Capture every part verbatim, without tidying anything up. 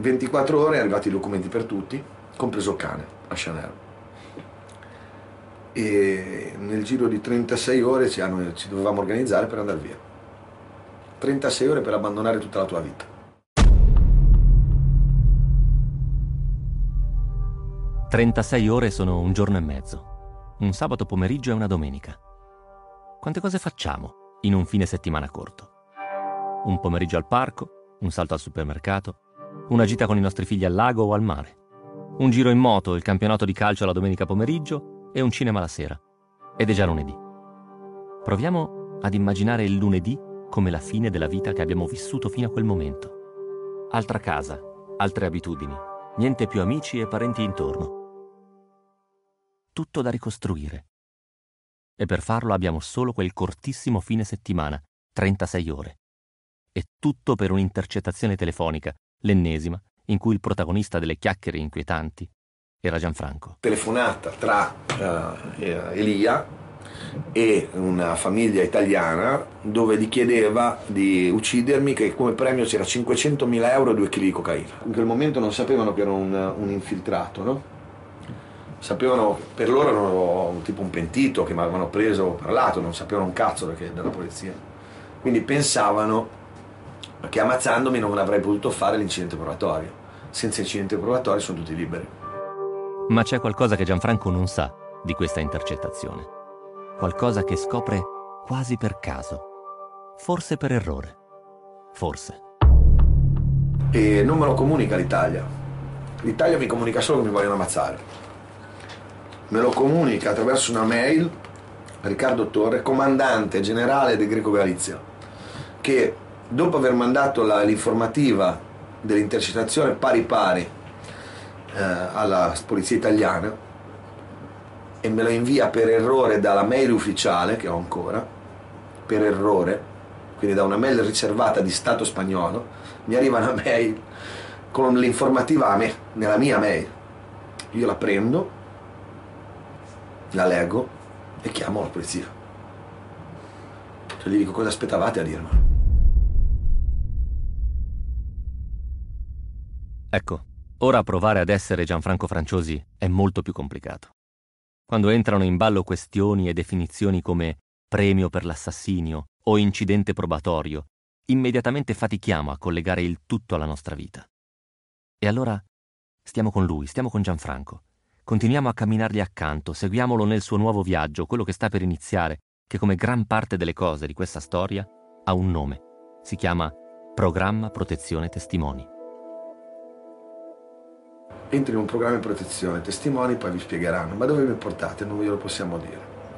ventiquattro ore, arrivati i documenti per tutti, compreso il cane, a Chanel. E nel giro di trentasei ore ci, hanno, ci dovevamo organizzare per andare via. trentasei ore per abbandonare tutta la tua vita. trentasei ore sono un giorno e mezzo, un sabato pomeriggio e una domenica. Quante cose facciamo in un fine settimana corto? Un pomeriggio al parco, un salto al supermercato, una gita con i nostri figli al lago o al mare, un giro in moto, il campionato di calcio la domenica pomeriggio e un cinema la sera. Ed è già lunedì. Proviamo ad immaginare il lunedì come la fine della vita che abbiamo vissuto fino a quel momento. Altra casa, altre abitudini, niente più amici e parenti intorno. Tutto da ricostruire. E per farlo abbiamo solo quel cortissimo fine settimana, trentasei ore. E tutto per un'intercettazione telefonica, l'ennesima, in cui il protagonista delle chiacchiere inquietanti era Gianfranco. Telefonata tra uh, Elia e una famiglia italiana dove gli chiedeva di uccidermi, che come premio c'era cinquecentomila euro e due chili di cocaina. In quel momento non sapevano che ero un, un infiltrato, no? Sapevano, per loro ero tipo un pentito che mi avevano preso o parlato, non sapevano un cazzo perché della polizia. Quindi pensavano che ammazzandomi non avrei potuto fare l'incidente probatorio. Senza incidente probatorio sono tutti liberi. Ma c'è qualcosa che Gianfranco non sa di questa intercettazione. Qualcosa che scopre quasi per caso. Forse per errore. Forse. E non me lo comunica l'Italia. L'Italia mi comunica solo che mi vogliono ammazzare. Me lo comunica attraverso una mail Riccardo Torre, comandante generale del Greco Galizia, che dopo aver mandato la, l'informativa dell'intercettazione pari pari eh, alla polizia italiana, e me la invia per errore dalla mail ufficiale che ho ancora, per errore, quindi da una mail riservata di Stato spagnolo, mi arriva una mail con l'informativa a me, nella mia mail. Io la prendo, la leggo e chiamo la polizia. Cioè gli dico: cosa aspettavate a dirmelo? Ecco, ora provare ad essere Gianfranco Franciosi è molto più complicato. Quando entrano in ballo questioni e definizioni come premio per l'assassinio o incidente probatorio, immediatamente fatichiamo a collegare il tutto alla nostra vita. E allora stiamo con lui, stiamo con Gianfranco. Continuiamo a camminargli accanto, seguiamolo nel suo nuovo viaggio, quello che sta per iniziare, che come gran parte delle cose di questa storia ha un nome. Si chiama Programma Protezione Testimoni. Entri in un programma di protezione, testimoni poi vi spiegheranno, ma dove vi portate non glielo possiamo dire.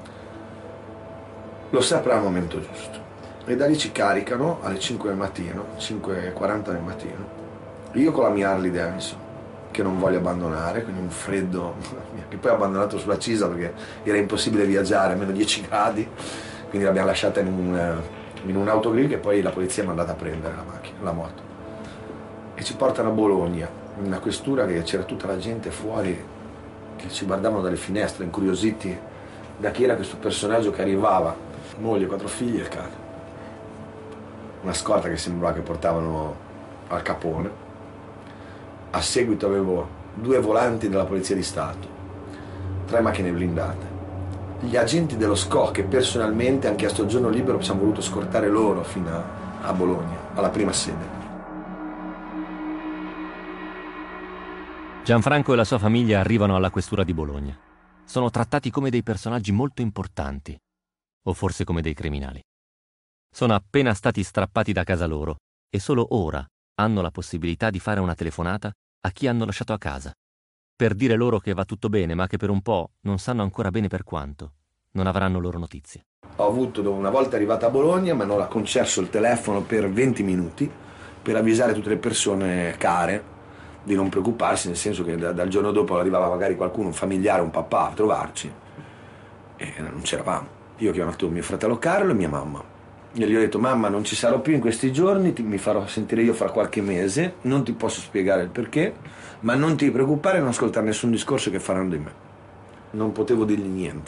Lo saprà al momento giusto. E da lì ci caricano alle cinque del mattino, cinque e quaranta del mattino, io con la mia Harley Davidson, che non voglio abbandonare, quindi un freddo, che poi ho abbandonato sulla Cisa perché era impossibile viaggiare, a meno dieci gradi, quindi l'abbiamo lasciata in un, in un autogrill che poi la polizia mi è andata a prendere la macchina, la moto. E ci portano a Bologna, in una questura che c'era tutta la gente fuori che ci guardavano dalle finestre, incuriositi da chi era questo personaggio che arrivava, moglie, quattro figli e il cane. Una scorta che sembrava che portavano al Capone. A seguito avevo due volanti della Polizia di Stato, tre macchine blindate, gli agenti dello S C O che personalmente hanno chiesto il giorno libero, ci hanno voluto scortare loro fino a, a Bologna, alla prima sede. Gianfranco e la sua famiglia arrivano alla questura di Bologna. Sono trattati come dei personaggi molto importanti, o forse come dei criminali. Sono appena stati strappati da casa loro e solo ora hanno la possibilità di fare una telefonata a chi hanno lasciato a casa, per dire loro che va tutto bene, ma che per un po' non sanno ancora bene per quanto. Non avranno loro notizie. Ho avuto, una volta arrivata a Bologna, mi hanno concesso il telefono per venti minuti per avvisare tutte le persone care di non preoccuparsi, nel senso che da, dal giorno dopo arrivava magari qualcuno, un familiare, un papà, a trovarci e non c'eravamo. Io ho chiamato mio fratello Carlo e mia mamma e gli ho detto: mamma, non ci sarò più in questi giorni, ti, mi farò sentire io fra qualche mese, non ti posso spiegare il perché, ma non ti preoccupare e non ascoltare nessun discorso che faranno di me. Non potevo dirgli niente.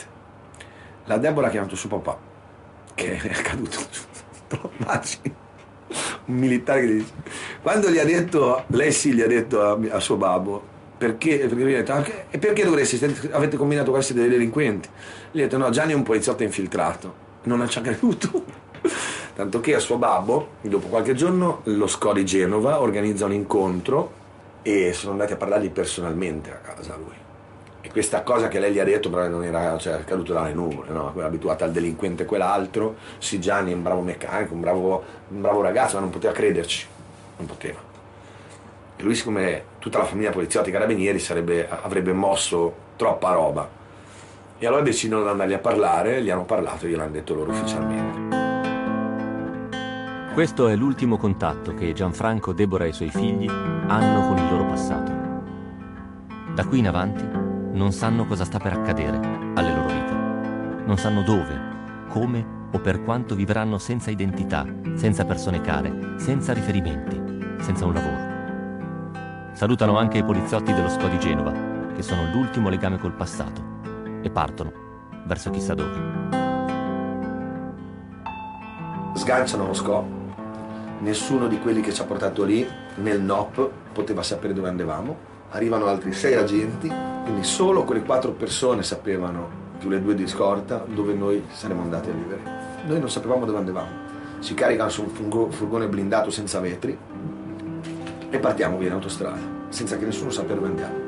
La Deborah ha chiamato suo papà, che è caduto. Immagini. un militare che gli dice, quando gli ha detto, lei sì gli ha detto a, a suo babbo, perché, perché gli ha detto, "Anche- e perché dovresti, avete combinato questi dei delinquenti?" Gli ha detto no, Gianni è un poliziotto infiltrato, non ci ha creduto. Tanto che a suo babbo, dopo qualche giorno, lo S C O di Genova organizza un incontro e sono andati a parlargli personalmente a casa a lui. E questa cosa che lei gli ha detto però non era, cioè, caduto dalle nuvole, no? Quella abituata al delinquente quell'altro, sì, Gianni è un bravo meccanico, un bravo, un bravo ragazzo, ma non poteva crederci, non poteva. E lui, siccome tutta la famiglia poliziotti e carabinieri sarebbe, avrebbe mosso troppa roba, e allora decidono di andargli a parlare, gli hanno parlato e gliel'hanno detto loro ufficialmente. Questo è l'ultimo contatto che Gianfranco, Deborah e i suoi figli hanno con il loro passato. Da qui in avanti non sanno cosa sta per accadere alle loro vite. Non sanno dove, come o per quanto vivranno senza identità, senza persone care, senza riferimenti, senza un lavoro. Salutano anche i poliziotti dello S C O di Genova, che sono l'ultimo legame col passato, e partono verso chissà dove. Sganciano lo S C O, nessuno di quelli che ci ha portato lì nel N O P poteva sapere dove andavamo. Arrivano altri sei agenti, quindi solo quelle quattro persone sapevano, più le due di scorta, dove noi saremmo andati a vivere. Noi non sapevamo dove andavamo. Ci caricano su un furgone blindato senza vetri e partiamo via in autostrada, senza che nessuno sappia dove andiamo.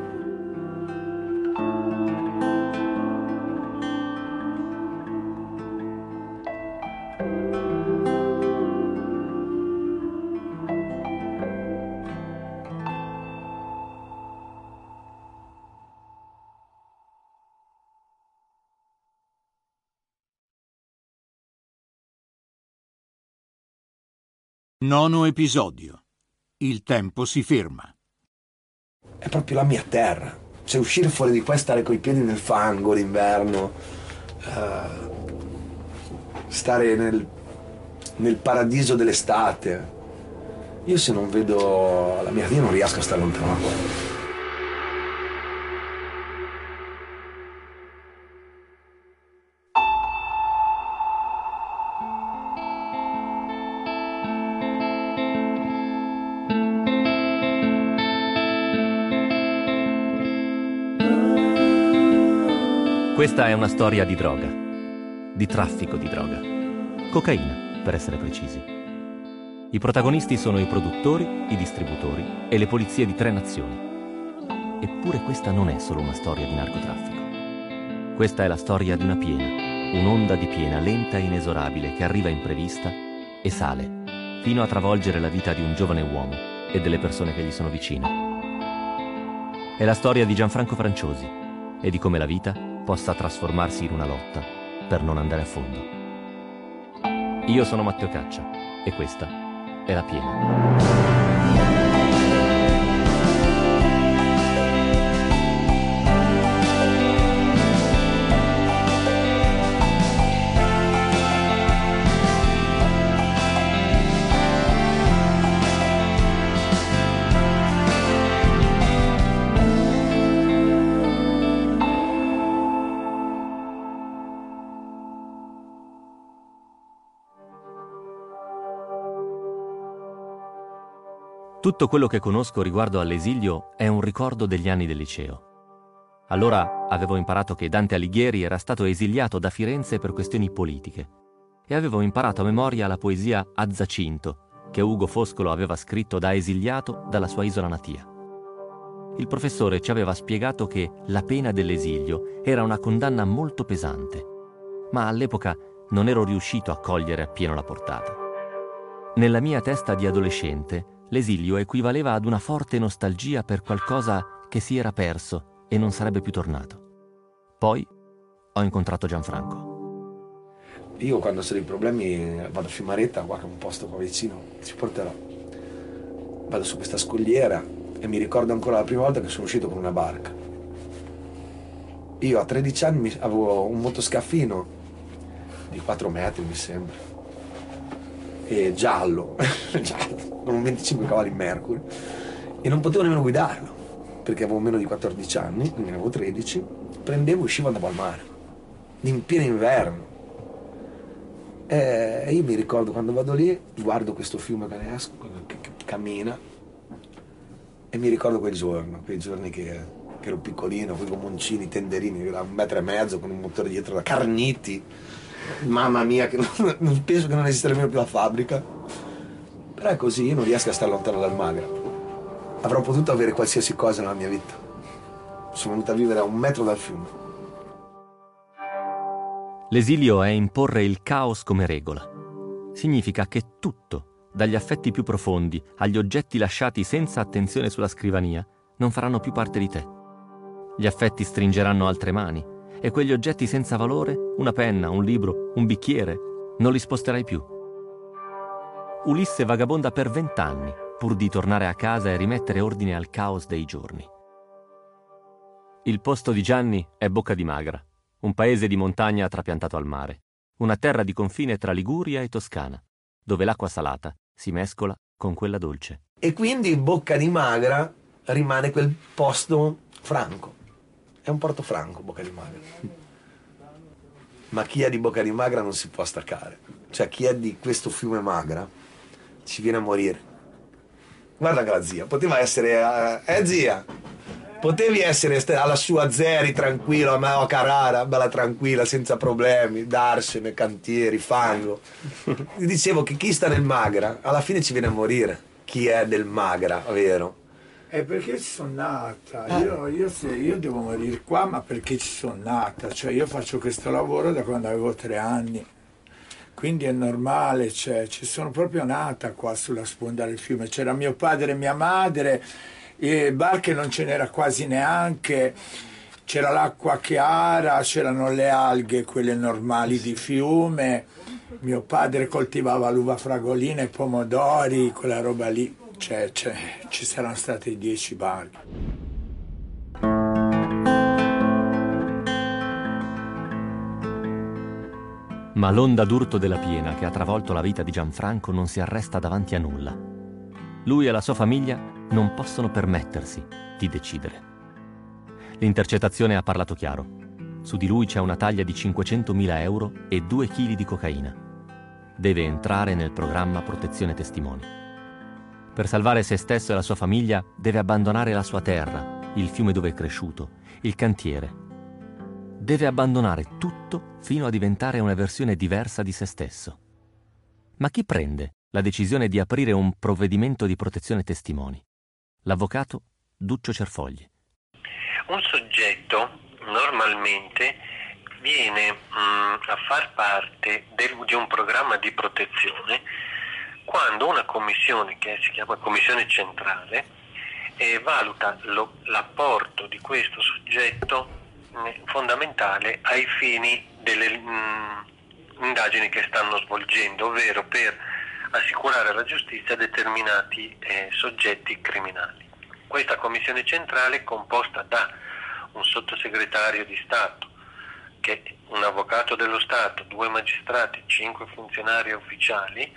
Nono episodio. Il tempo si ferma. È proprio la mia terra. Cioè uscire fuori di qua e stare coi piedi nel fango d'inverno, uh, stare nel, nel paradiso dell'estate. Io se non vedo la mia, io non riesco a stare lontano da qua. Questa è una storia di droga, di traffico di droga, cocaina per essere precisi. I protagonisti sono i produttori, i distributori e le polizie di tre nazioni. Eppure questa non è solo una storia di narcotraffico. Questa è la storia di una piena, un'onda di piena lenta e inesorabile che arriva imprevista e sale fino a travolgere la vita di un giovane uomo e delle persone che gli sono vicine. È la storia di Gianfranco Franciosi e di come la vita possa trasformarsi in una lotta per non andare a fondo. Io sono Matteo Caccia e questa è La Piena. Tutto quello che conosco riguardo all'esilio è un ricordo degli anni del liceo. Allora avevo imparato che Dante Alighieri era stato esiliato da Firenze per questioni politiche e avevo imparato a memoria la poesia A Zacinto che Ugo Foscolo aveva scritto da esiliato dalla sua isola natia. Il professore ci aveva spiegato che la pena dell'esilio era una condanna molto pesante, ma all'epoca non ero riuscito a cogliere appieno la portata. Nella mia testa di adolescente l'esilio equivaleva ad una forte nostalgia per qualcosa che si era perso e non sarebbe più tornato. Poi ho incontrato Gianfranco. Io quando ho dei problemi vado a Fiumaretta, qua che è un posto qua vicino, ci porterò. Vado su questa scogliera e mi ricordo ancora la prima volta che sono uscito con una barca. Io a tredici anni avevo un motoscaffino di quattro metri, mi sembra. E giallo, giallo, con un venticinque cavalli Mercury, e non potevo nemmeno guidarlo perché avevo meno di quattordici anni, quindi ne avevo tredici. Prendevo, uscivo, andavo al mare in pieno inverno, E io mi ricordo quando vado lì, guardo questo fiume che, che, che cammina, e mi ricordo quel giorno, quei giorni che, che ero piccolino, quei gomoncini, tenderini, da un metro e mezzo, con un motore dietro da Carniti, mamma mia, che non, non penso che non esista nemmeno più la fabbrica. Però è così, io non riesco a stare lontano dal Magra. Avrò potuto avere qualsiasi cosa nella mia vita. Sono venuto a vivere a un metro dal fiume. L'esilio è imporre il caos come regola. Significa che tutto, dagli affetti più profondi agli oggetti lasciati senza attenzione sulla scrivania, non faranno più parte di te. Gli affetti stringeranno altre mani e quegli oggetti senza valore, una penna, un libro, un bicchiere, non li sposterai più. Ulisse vagabonda per vent'anni pur di tornare a casa e rimettere ordine al caos dei giorni. Il posto di Gianni è Bocca di Magra, un paese di montagna trapiantato al mare, una terra di confine tra Liguria e Toscana, dove l'acqua salata si mescola con quella dolce. E quindi Bocca di Magra rimane quel posto franco. È un porto franco, Bocca di Magra. Ma chi è di Bocca di Magra non si può staccare. Cioè, chi è di questo fiume Magra ci viene a morire. Guarda che la zia, poteva essere... Eh, eh zia! Potevi essere alla sua Zeri, tranquillo, a me a Carrara, bella tranquilla, senza problemi, darsene, cantieri, fango. Dicevo che chi sta nel Magra, alla fine ci viene a morire. Chi è del Magra, vero? È perché ci sono nata. Io, io, se, io devo morire qua, ma perché ci sono nata. Cioè, io faccio questo lavoro da quando avevo tre anni. Quindi è normale, cioè, ci sono proprio nata qua sulla sponda del fiume. C'era mio padre e mia madre. E barche non ce n'era quasi neanche, c'era l'acqua chiara, c'erano le alghe, quelle normali di fiume, mio padre coltivava l'uva fragolina, i pomodori, quella roba lì, cioè, cioè, ci saranno state dieci barche. Ma l'onda d'urto della piena che ha travolto la vita di Gianfranco non si arresta davanti a nulla. Lui e la sua famiglia non possono permettersi di decidere. L'intercettazione ha parlato chiaro. Su di lui c'è una taglia di cinquecentomila euro e due chili di cocaina. Deve entrare nel programma Protezione Testimoni. Per salvare se stesso e la sua famiglia deve abbandonare la sua terra, il fiume dove è cresciuto, il cantiere. Deve abbandonare tutto fino a diventare una versione diversa di se stesso. Ma chi prende la decisione di aprire un provvedimento di protezione testimoni? L'avvocato Duccio Cerfogli. Un soggetto normalmente viene mh, a far parte del, di un programma di protezione quando una commissione, che si chiama commissione centrale, eh, valuta lo, l'apporto di questo soggetto mh, fondamentale ai fini delle mh, indagini che stanno svolgendo, ovvero per assicurare alla giustizia determinati eh, soggetti criminali. Questa commissione centrale è composta da un sottosegretario di Stato, che è un avvocato dello Stato, due magistrati, cinque funzionari ufficiali,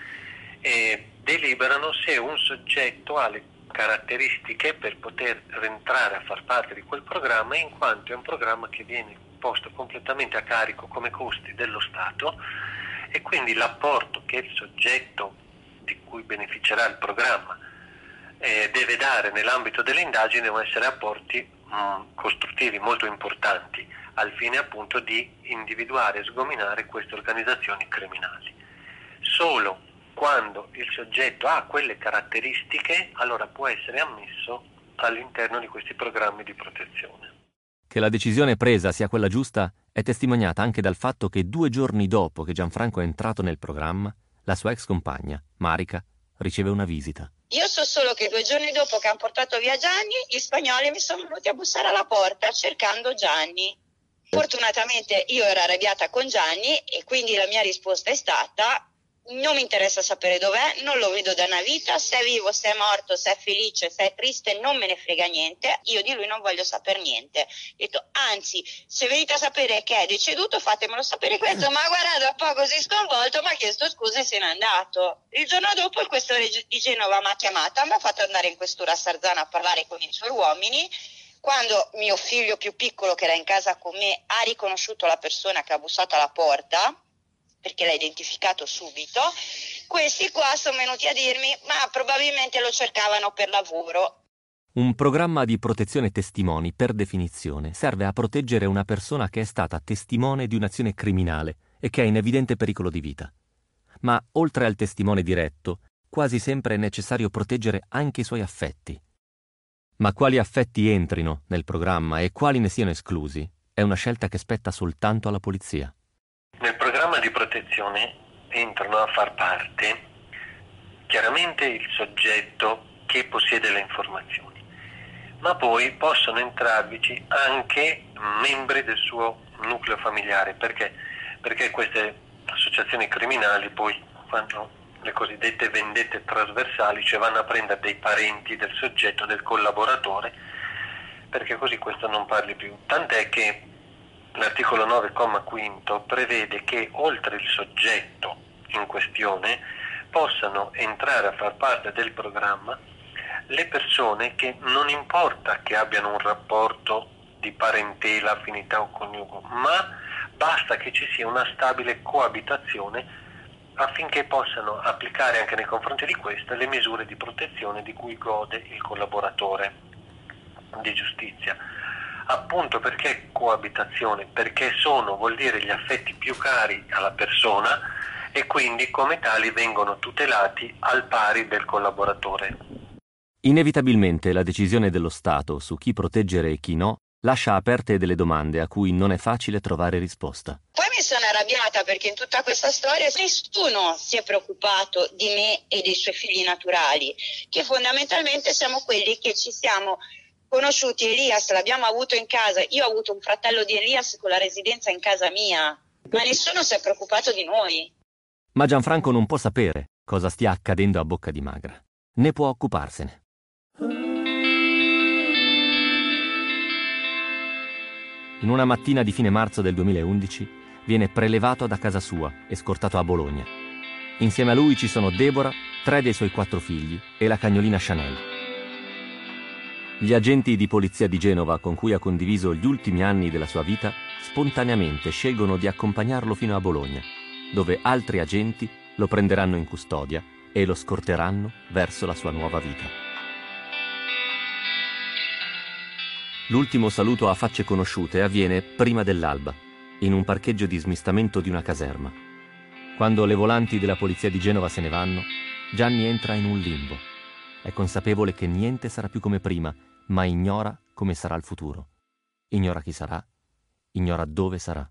e deliberano se un soggetto ha le caratteristiche per poter rientrare a far parte di quel programma, in quanto è un programma che viene posto completamente a carico come costi dello Stato, e quindi l'apporto che il soggetto di cui beneficerà il programma eh, deve dare nell'ambito delle indagini devono essere apporti mh, costruttivi molto importanti, al fine appunto di individuare e sgominare queste organizzazioni criminali. Solo quando il soggetto ha quelle caratteristiche, allora può essere ammesso all'interno di questi programmi di protezione. Che la decisione presa sia quella giusta è testimoniata anche dal fatto che due giorni dopo che Gianfranco è entrato nel programma, la sua ex compagna, Marica, riceve una visita. Io so solo che due giorni dopo che hanno portato via Gianni, gli spagnoli mi sono venuti a bussare alla porta cercando Gianni. Fortunatamente io ero arrabbiata con Gianni e quindi la mia risposta è stata: non mi interessa sapere dov'è, non lo vedo da una vita, se è vivo, se è morto, se è felice, se è triste, non me ne frega niente, io di lui non voglio sapere niente. Ho detto, anzi, se venite a sapere che è deceduto fatemelo sapere questo, ma guarda, un po' così sconvolto, mi ha chiesto scusa e se n'è andato. Il giorno dopo il questore di Genova mi ha chiamata, mi ha fatto andare in questura a Sarzana a parlare con i suoi uomini. Quando mio figlio più piccolo, che era in casa con me, ha riconosciuto la persona che ha bussato alla porta, perché l'ha identificato subito. Questi qua sono venuti a dirmi, ma probabilmente lo cercavano per lavoro. Un programma di protezione testimoni, per definizione, serve a proteggere una persona che è stata testimone di un'azione criminale e che è in evidente pericolo di vita. Ma oltre al testimone diretto, quasi sempre è necessario proteggere anche i suoi affetti. Ma quali affetti entrino nel programma e quali ne siano esclusi è una scelta che spetta soltanto alla polizia. Nel programma di protezione entrano a far parte chiaramente il soggetto che possiede le informazioni, ma poi possono entrarvici anche membri del suo nucleo familiare, perché, perché queste associazioni criminali poi fanno le cosiddette vendette trasversali, cioè vanno a prendere dei parenti del soggetto, del collaboratore, perché così questo non parli più. Tant'è che l'articolo nove, comma quinto, prevede che oltre il soggetto in questione possano entrare a far parte del programma le persone che non importa che abbiano un rapporto di parentela, affinità o coniugo, ma basta che ci sia una stabile coabitazione affinché possano applicare anche nei confronti di questa le misure di protezione di cui gode il collaboratore di giustizia. Appunto perché coabitazione? Perché sono, vuol dire, gli affetti più cari alla persona e quindi come tali vengono tutelati al pari del collaboratore. Inevitabilmente la decisione dello Stato su chi proteggere e chi no lascia aperte delle domande a cui non è facile trovare risposta. Poi mi sono arrabbiata perché in tutta questa storia nessuno si è preoccupato di me e dei suoi figli naturali, che fondamentalmente siamo quelli che ci siamo conosciuti. Elias l'abbiamo avuto in casa, io ho avuto un fratello di Elias con la residenza in casa mia, ma nessuno si è preoccupato di noi. Ma Gianfranco non può sapere cosa stia accadendo a Bocca di Magra, né può occuparsene. In una mattina di fine marzo del duemilaundici viene prelevato da casa sua e scortato a Bologna. Insieme a lui ci sono Deborah, tre dei suoi quattro figli e la cagnolina Chanel. Gli agenti di polizia di Genova con cui ha condiviso gli ultimi anni della sua vita spontaneamente scelgono di accompagnarlo fino a Bologna, dove altri agenti lo prenderanno in custodia e lo scorteranno verso la sua nuova vita. L'ultimo saluto a facce conosciute avviene prima dell'alba, in un parcheggio di smistamento di una caserma. Quando le volanti della polizia di Genova se ne vanno, Gianni entra in un limbo. È consapevole che niente sarà più come prima, ma ignora come sarà il futuro. Ignora chi sarà, ignora dove sarà.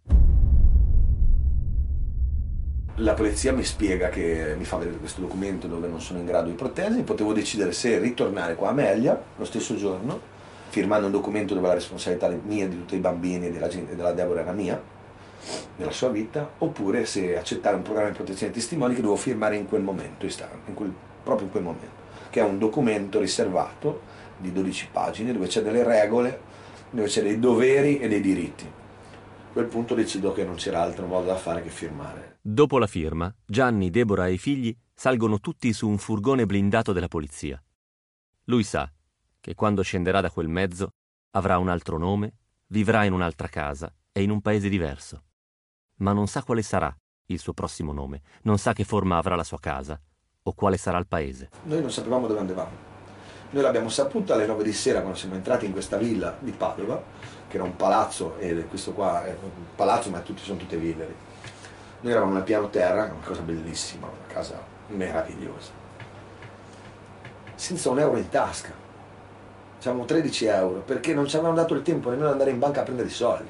La polizia mi spiega che mi fa vedere questo documento dove non sono in grado di proteggermi, potevo decidere se ritornare qua a Meglia lo stesso giorno, firmando un documento dove la responsabilità mia, di tutti i bambini e della, gente, della Deborah era mia, della sua vita, oppure se accettare un programma di protezione dei testimoni che dovevo firmare in quel momento, in quel, proprio in quel momento, che è un documento riservato di dodici pagine dove c'è delle regole, dove c'è dei doveri e dei diritti. A quel punto decido che non c'era altro modo da fare che firmare. Dopo la firma, Gianni, Deborah e i figli salgono tutti su un furgone blindato della polizia. Lui sa che quando scenderà da quel mezzo avrà un altro nome, vivrà in un'altra casa e in un paese diverso. Ma non sa quale sarà il suo prossimo nome, non sa che forma avrà la sua casa o quale sarà il paese. Noi non sapevamo dove andavamo. Noi l'abbiamo saputo alle nove di sera quando siamo entrati in questa villa di Padova, che era un palazzo, e questo qua è un palazzo ma tutti sono tutte ville. Noi eravamo nel piano terra, una cosa bellissima, una casa meravigliosa, senza un euro in tasca. Avevamo tredici euro perché non ci avevano dato il tempo nemmeno di andare in banca a prendere i soldi.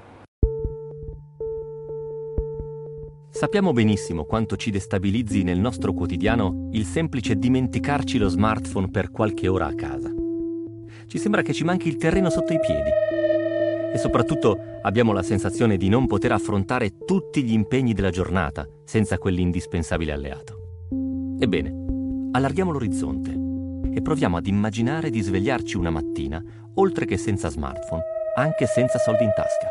Sappiamo benissimo quanto ci destabilizzi nel nostro quotidiano il semplice dimenticarci lo smartphone per qualche ora a casa. Ci sembra che ci manchi il terreno sotto i piedi. E soprattutto abbiamo la sensazione di non poter affrontare tutti gli impegni della giornata senza quell'indispensabile alleato. Ebbene, allarghiamo l'orizzonte e proviamo ad immaginare di svegliarci una mattina, oltre che senza smartphone, anche senza soldi in tasca.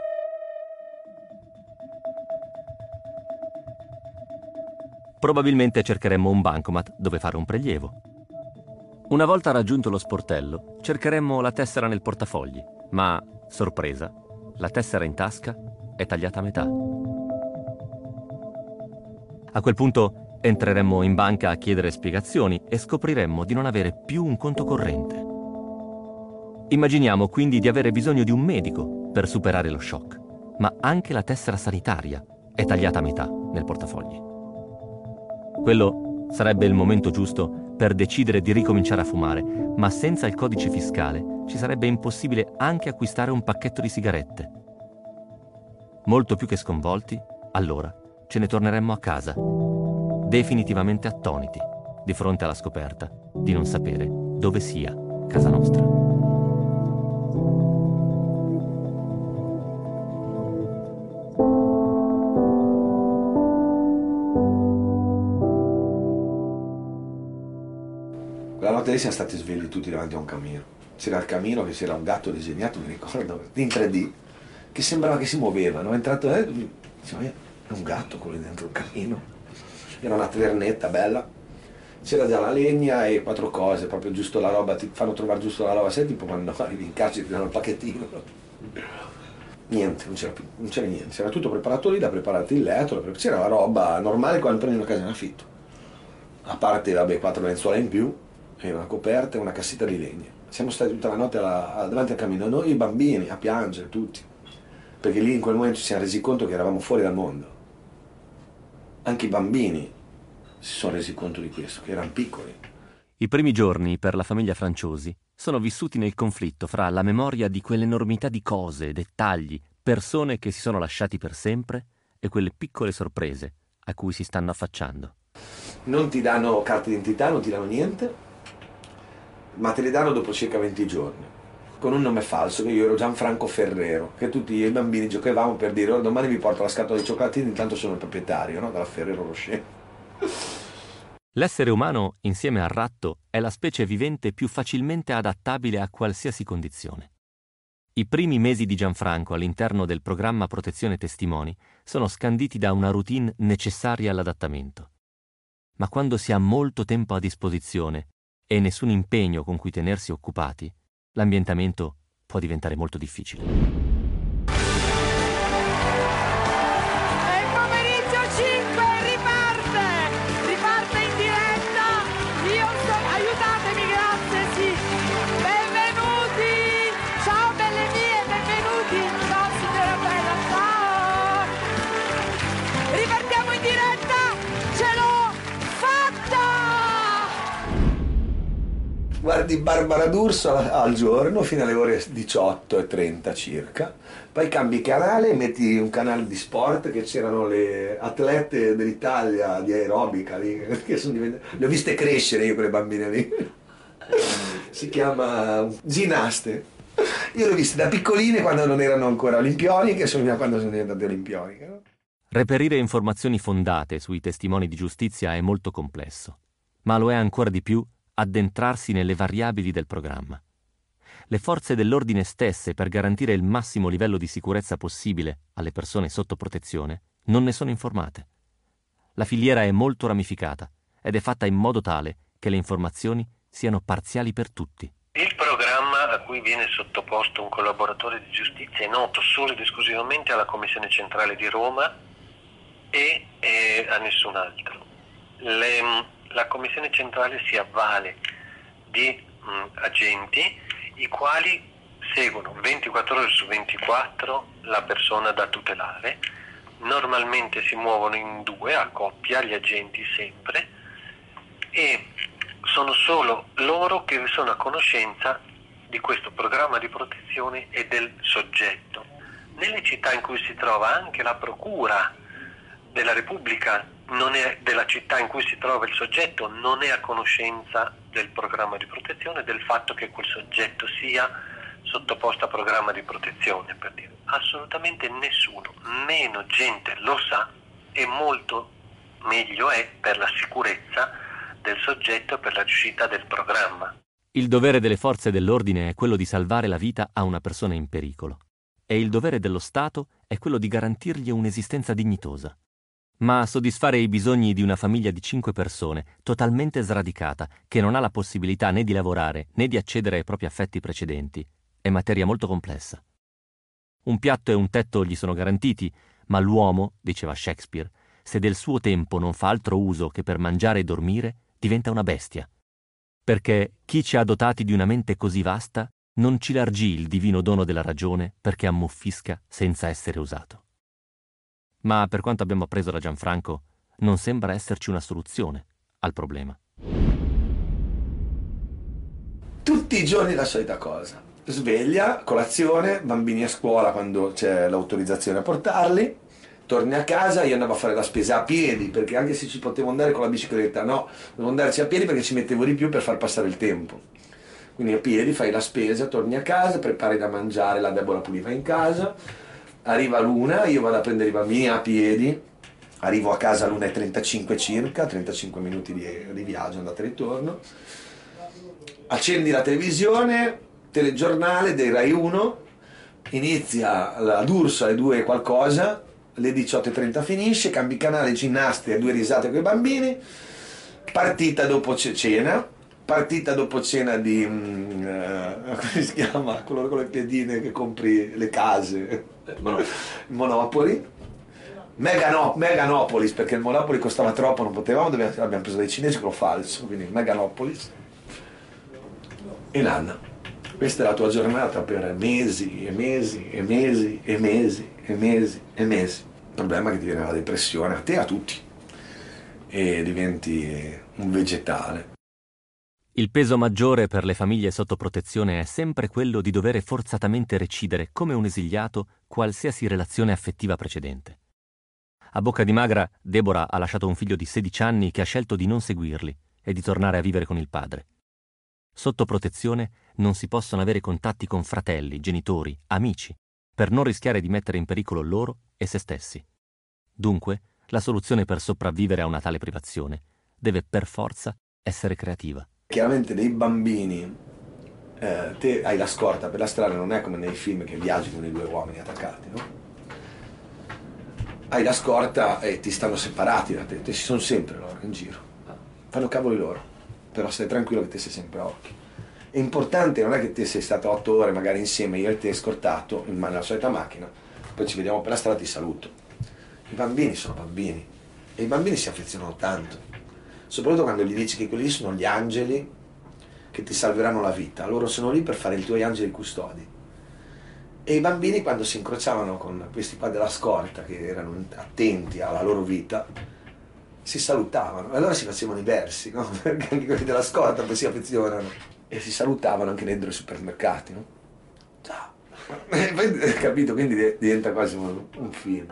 Probabilmente cercheremmo un bancomat dove fare un prelievo. Una volta raggiunto lo sportello, cercheremmo la tessera nel portafogli, ma, sorpresa, la tessera in tasca è tagliata a metà. A quel punto entreremmo in banca a chiedere spiegazioni e scopriremmo di non avere più un conto corrente. Immaginiamo quindi di avere bisogno di un medico per superare lo shock, ma anche la tessera sanitaria è tagliata a metà nel portafogli. Quello sarebbe il momento giusto per decidere di ricominciare a fumare, ma senza il codice fiscale ci sarebbe impossibile anche acquistare un pacchetto di sigarette. Molto più che sconvolti, allora ce ne torneremmo a casa, definitivamente attoniti di fronte alla scoperta di non sapere dove sia casa nostra. Quella notte lì siamo stati svegli tutti davanti a un camino. C'era il camino che c'era un gatto disegnato, mi ricordo, in tre D, che sembrava che si muoveva. No? È entrato e diceva, è un gatto quello dentro il camino. Era una tavernetta bella, c'era già la legna e quattro cose, proprio giusto la roba, ti fanno trovare giusto la roba, sai tipo quando arrivi in casa ti danno il pacchettino. Niente, non c'era più, non c'era niente, c'era tutto preparato lì, da prepararti il letto, c'era la roba normale quando prendi una casa in affitto. A parte, vabbè, quattro lenzuola in più, e una coperta e una cassetta di legna. Siamo stati tutta la notte alla, davanti al camino, noi i bambini, a piangere, tutti. Perché lì in quel momento ci siamo resi conto che eravamo fuori dal mondo. Anche i bambini si sono resi conto di questo, che erano piccoli. I primi giorni per la famiglia Franciosi sono vissuti nel conflitto fra la memoria di quell'enormità di cose, dettagli, persone che si sono lasciati per sempre e quelle piccole sorprese a cui si stanno affacciando. Non ti danno carta d'identità, non ti danno niente, ma te le danno dopo circa venti giorni, con un nome falso, che io ero Gianfranco Ferrero, che tutti i bambini giocavamo per dire, oh, domani vi porto la scatola di cioccolatini, intanto sono il proprietario, no? Della Ferrero Rocher. L'essere umano, insieme al ratto, è la specie vivente più facilmente adattabile a qualsiasi condizione. I primi mesi di Gianfranco all'interno del programma Protezione Testimoni sono scanditi da una routine necessaria all'adattamento. Ma quando si ha molto tempo a disposizione e nessun impegno con cui tenersi occupati, l'ambientamento può diventare molto difficile. E il pomeriggio cinque riparte! Riparte in diretta! Io sto... aiutatemi, grazie, sì! Benvenuti! Ciao belle mie, benvenuti! Ciao signora bella, ciao! Ripartiamo in diretta! Ce l'ho fatta! Guardi Barbara D'Urso al giorno fino alle ore diciotto e trenta circa, poi cambi canale e metti un canale di sport, che c'erano le atlete dell'Italia di aerobica lì, che sono diventate... le ho viste crescere io, quelle bambine lì. Si chiama Ginaste. Io le ho viste da piccoline quando non erano ancora olimpioniche, sono quando sono diventate olimpioniche, no? Reperire informazioni fondate sui testimoni di giustizia è molto complesso, ma lo è ancora di più addentrarsi nelle variabili del programma. Le forze dell'ordine stesse, per garantire il massimo livello di sicurezza possibile alle persone sotto protezione, non ne sono informate. La filiera è molto ramificata ed è fatta in modo tale che le informazioni siano parziali per tutti. Il programma a cui viene sottoposto un collaboratore di giustizia è noto solo ed esclusivamente alla Commissione Centrale di Roma e, e a nessun altro. Le, la Commissione Centrale si avvale di mh, agenti i quali seguono ventiquattro ore su ventiquattro la persona da tutelare. Normalmente si muovono in due, a coppia, gli agenti sempre, e sono solo loro che sono a conoscenza di questo programma di protezione e del soggetto. Nelle città in cui si trova anche la procura della Repubblica non è, della città in cui si trova il soggetto non è a conoscenza del programma di protezione, del fatto che quel soggetto sia sottoposto a programma di protezione, per dire. Assolutamente nessuno, meno gente lo sa e molto meglio è per la sicurezza del soggetto e per la riuscita del programma. Il dovere delle forze dell'ordine è quello di salvare la vita a una persona in pericolo e il dovere dello Stato è quello di garantirgli un'esistenza dignitosa. Ma soddisfare i bisogni di una famiglia di cinque persone, totalmente sradicata, che non ha la possibilità né di lavorare né di accedere ai propri affetti precedenti, è materia molto complessa. Un piatto e un tetto gli sono garantiti, ma l'uomo, diceva Shakespeare, se del suo tempo non fa altro uso che per mangiare e dormire, diventa una bestia. Perché chi ci ha dotati di una mente così vasta non ci largì il divino dono della ragione perché ammuffisca senza essere usato. Ma per quanto abbiamo appreso da Gianfranco, non sembra esserci una soluzione al problema. Tutti i giorni la solita cosa. Sveglia, colazione, bambini a scuola quando c'è l'autorizzazione a portarli, torni a casa, io andavo a fare la spesa a piedi, perché anche se ci potevo andare con la bicicletta, no, dovevo andarci a piedi perché ci mettevo di più per far passare il tempo. Quindi a piedi fai la spesa, torni a casa, prepari da mangiare, la Deborah puliva in casa, arriva l'una, io vado a prendere i bambini a piedi, arrivo a casa all'una e trentacinque circa, trentacinque minuti di, di viaggio, andata e ritorno, accendi la televisione, telegiornale dei Rai uno, inizia la D'Urso alle due e qualcosa, alle diciotto e trenta finisce, cambi canale, ginnastica, due risate con i bambini, partita dopo cena, partita dopo cena di, uh, come si chiama, quello con le piedine che compri le case, Monopoli, Megano, Meganopolis, perché il Monopoli costava troppo, non potevamo, dobbiamo, abbiamo preso dai cinesi quello falso, quindi Meganopolis e Nanna. Questa è la tua giornata per mesi e mesi e mesi e mesi e mesi e mesi. Il problema è che ti viene la depressione, a te e a tutti, e diventi un vegetale. Il peso maggiore per le famiglie sotto protezione è sempre quello di dover forzatamente recidere come un esiliato qualsiasi relazione affettiva precedente. A bocca di magra, Deborah ha lasciato un figlio di sedici anni che ha scelto di non seguirli e di tornare a vivere con il padre. Sotto protezione non si possono avere contatti con fratelli, genitori, amici, per non rischiare di mettere in pericolo loro e se stessi. Dunque, la soluzione per sopravvivere a una tale privazione deve per forza essere creativa. Chiaramente dei bambini, eh, te hai la scorta per la strada, non è come nei film che viaggi con i due uomini attaccati, no? Hai la scorta e ti stanno separati da te, te ci sono sempre loro in giro, fanno cavoli loro, però stai tranquillo che te sei sempre a occhio. È importante, non è che te sei stato otto ore magari insieme, io e te scortato in nella solita macchina, poi ci vediamo per la strada, ti saluto. I bambini sono bambini e i bambini si affezionano tanto, soprattutto quando gli dici che quelli sono gli angeli che ti salveranno la vita, loro sono lì per fare i tuoi angeli custodi. E i bambini quando si incrociavano con questi qua della scorta che erano attenti alla loro vita, si salutavano e allora si facevano i versi, no? Perché anche quelli della scorta poi si affezionano e si salutavano anche dentro i supermercati, no? Ciao. E poi, capito? Quindi diventa quasi un, un film.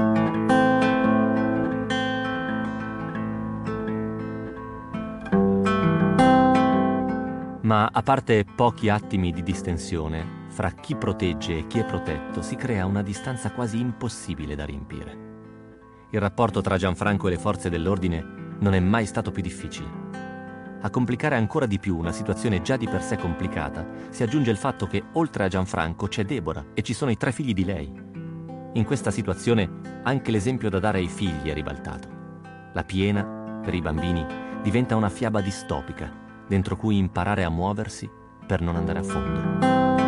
Ma a parte pochi attimi di distensione, fra chi protegge e chi è protetto si crea una distanza quasi impossibile da riempire. Il rapporto tra Gianfranco e le forze dell'ordine non è mai stato più difficile. A complicare ancora di più una situazione già di per sé complicata si aggiunge il fatto che oltre a Gianfranco c'è Deborah e ci sono i tre figli di lei. In questa situazione anche l'esempio da dare ai figli è ribaltato. La piena, per i bambini, diventa una fiaba distopica, dentro cui imparare a muoversi per non andare a fondo.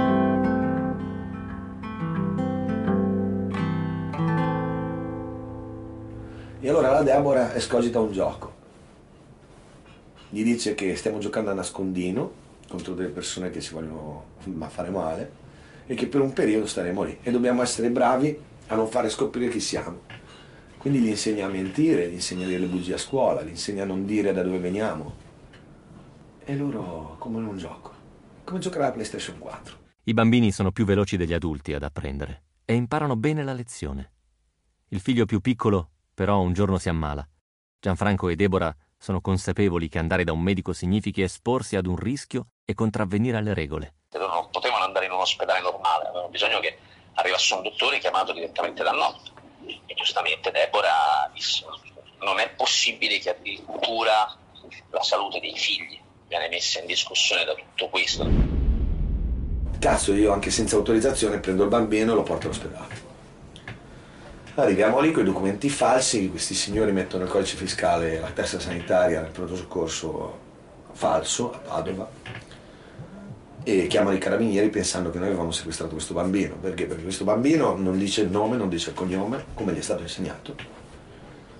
E allora la Deborah escogita un gioco. Gli dice che stiamo giocando a nascondino contro delle persone che ci vogliono fare male e che per un periodo staremo lì e dobbiamo essere bravi a non fare scoprire chi siamo. Quindi gli insegna a mentire, gli insegna a dire le bugie a scuola, gli insegna a non dire da dove veniamo. E loro come in un gioco, come giocare alla PlayStation quattro. I bambini sono più veloci degli adulti ad apprendere e imparano bene la lezione. Il figlio più piccolo però un giorno si ammala. Gianfranco e Deborah sono consapevoli che andare da un medico significhi esporsi ad un rischio e contravvenire alle regole. Non potevano andare in un ospedale normale, avevano bisogno che arrivasse un dottore chiamato direttamente dal nonno. E giustamente Deborah disse: non è possibile che addirittura la salute dei figli viene messa in discussione da tutto questo. Cazzo, io anche senza autorizzazione prendo il bambino e lo porto all'ospedale. Arriviamo lì con i documenti falsi, questi signori mettono nel codice fiscale la testa sanitaria nel pronto soccorso falso a Padova e chiamano i carabinieri pensando che noi avevamo sequestrato questo bambino. Perché? Perché questo bambino non dice il nome, non dice il cognome, come gli è stato insegnato.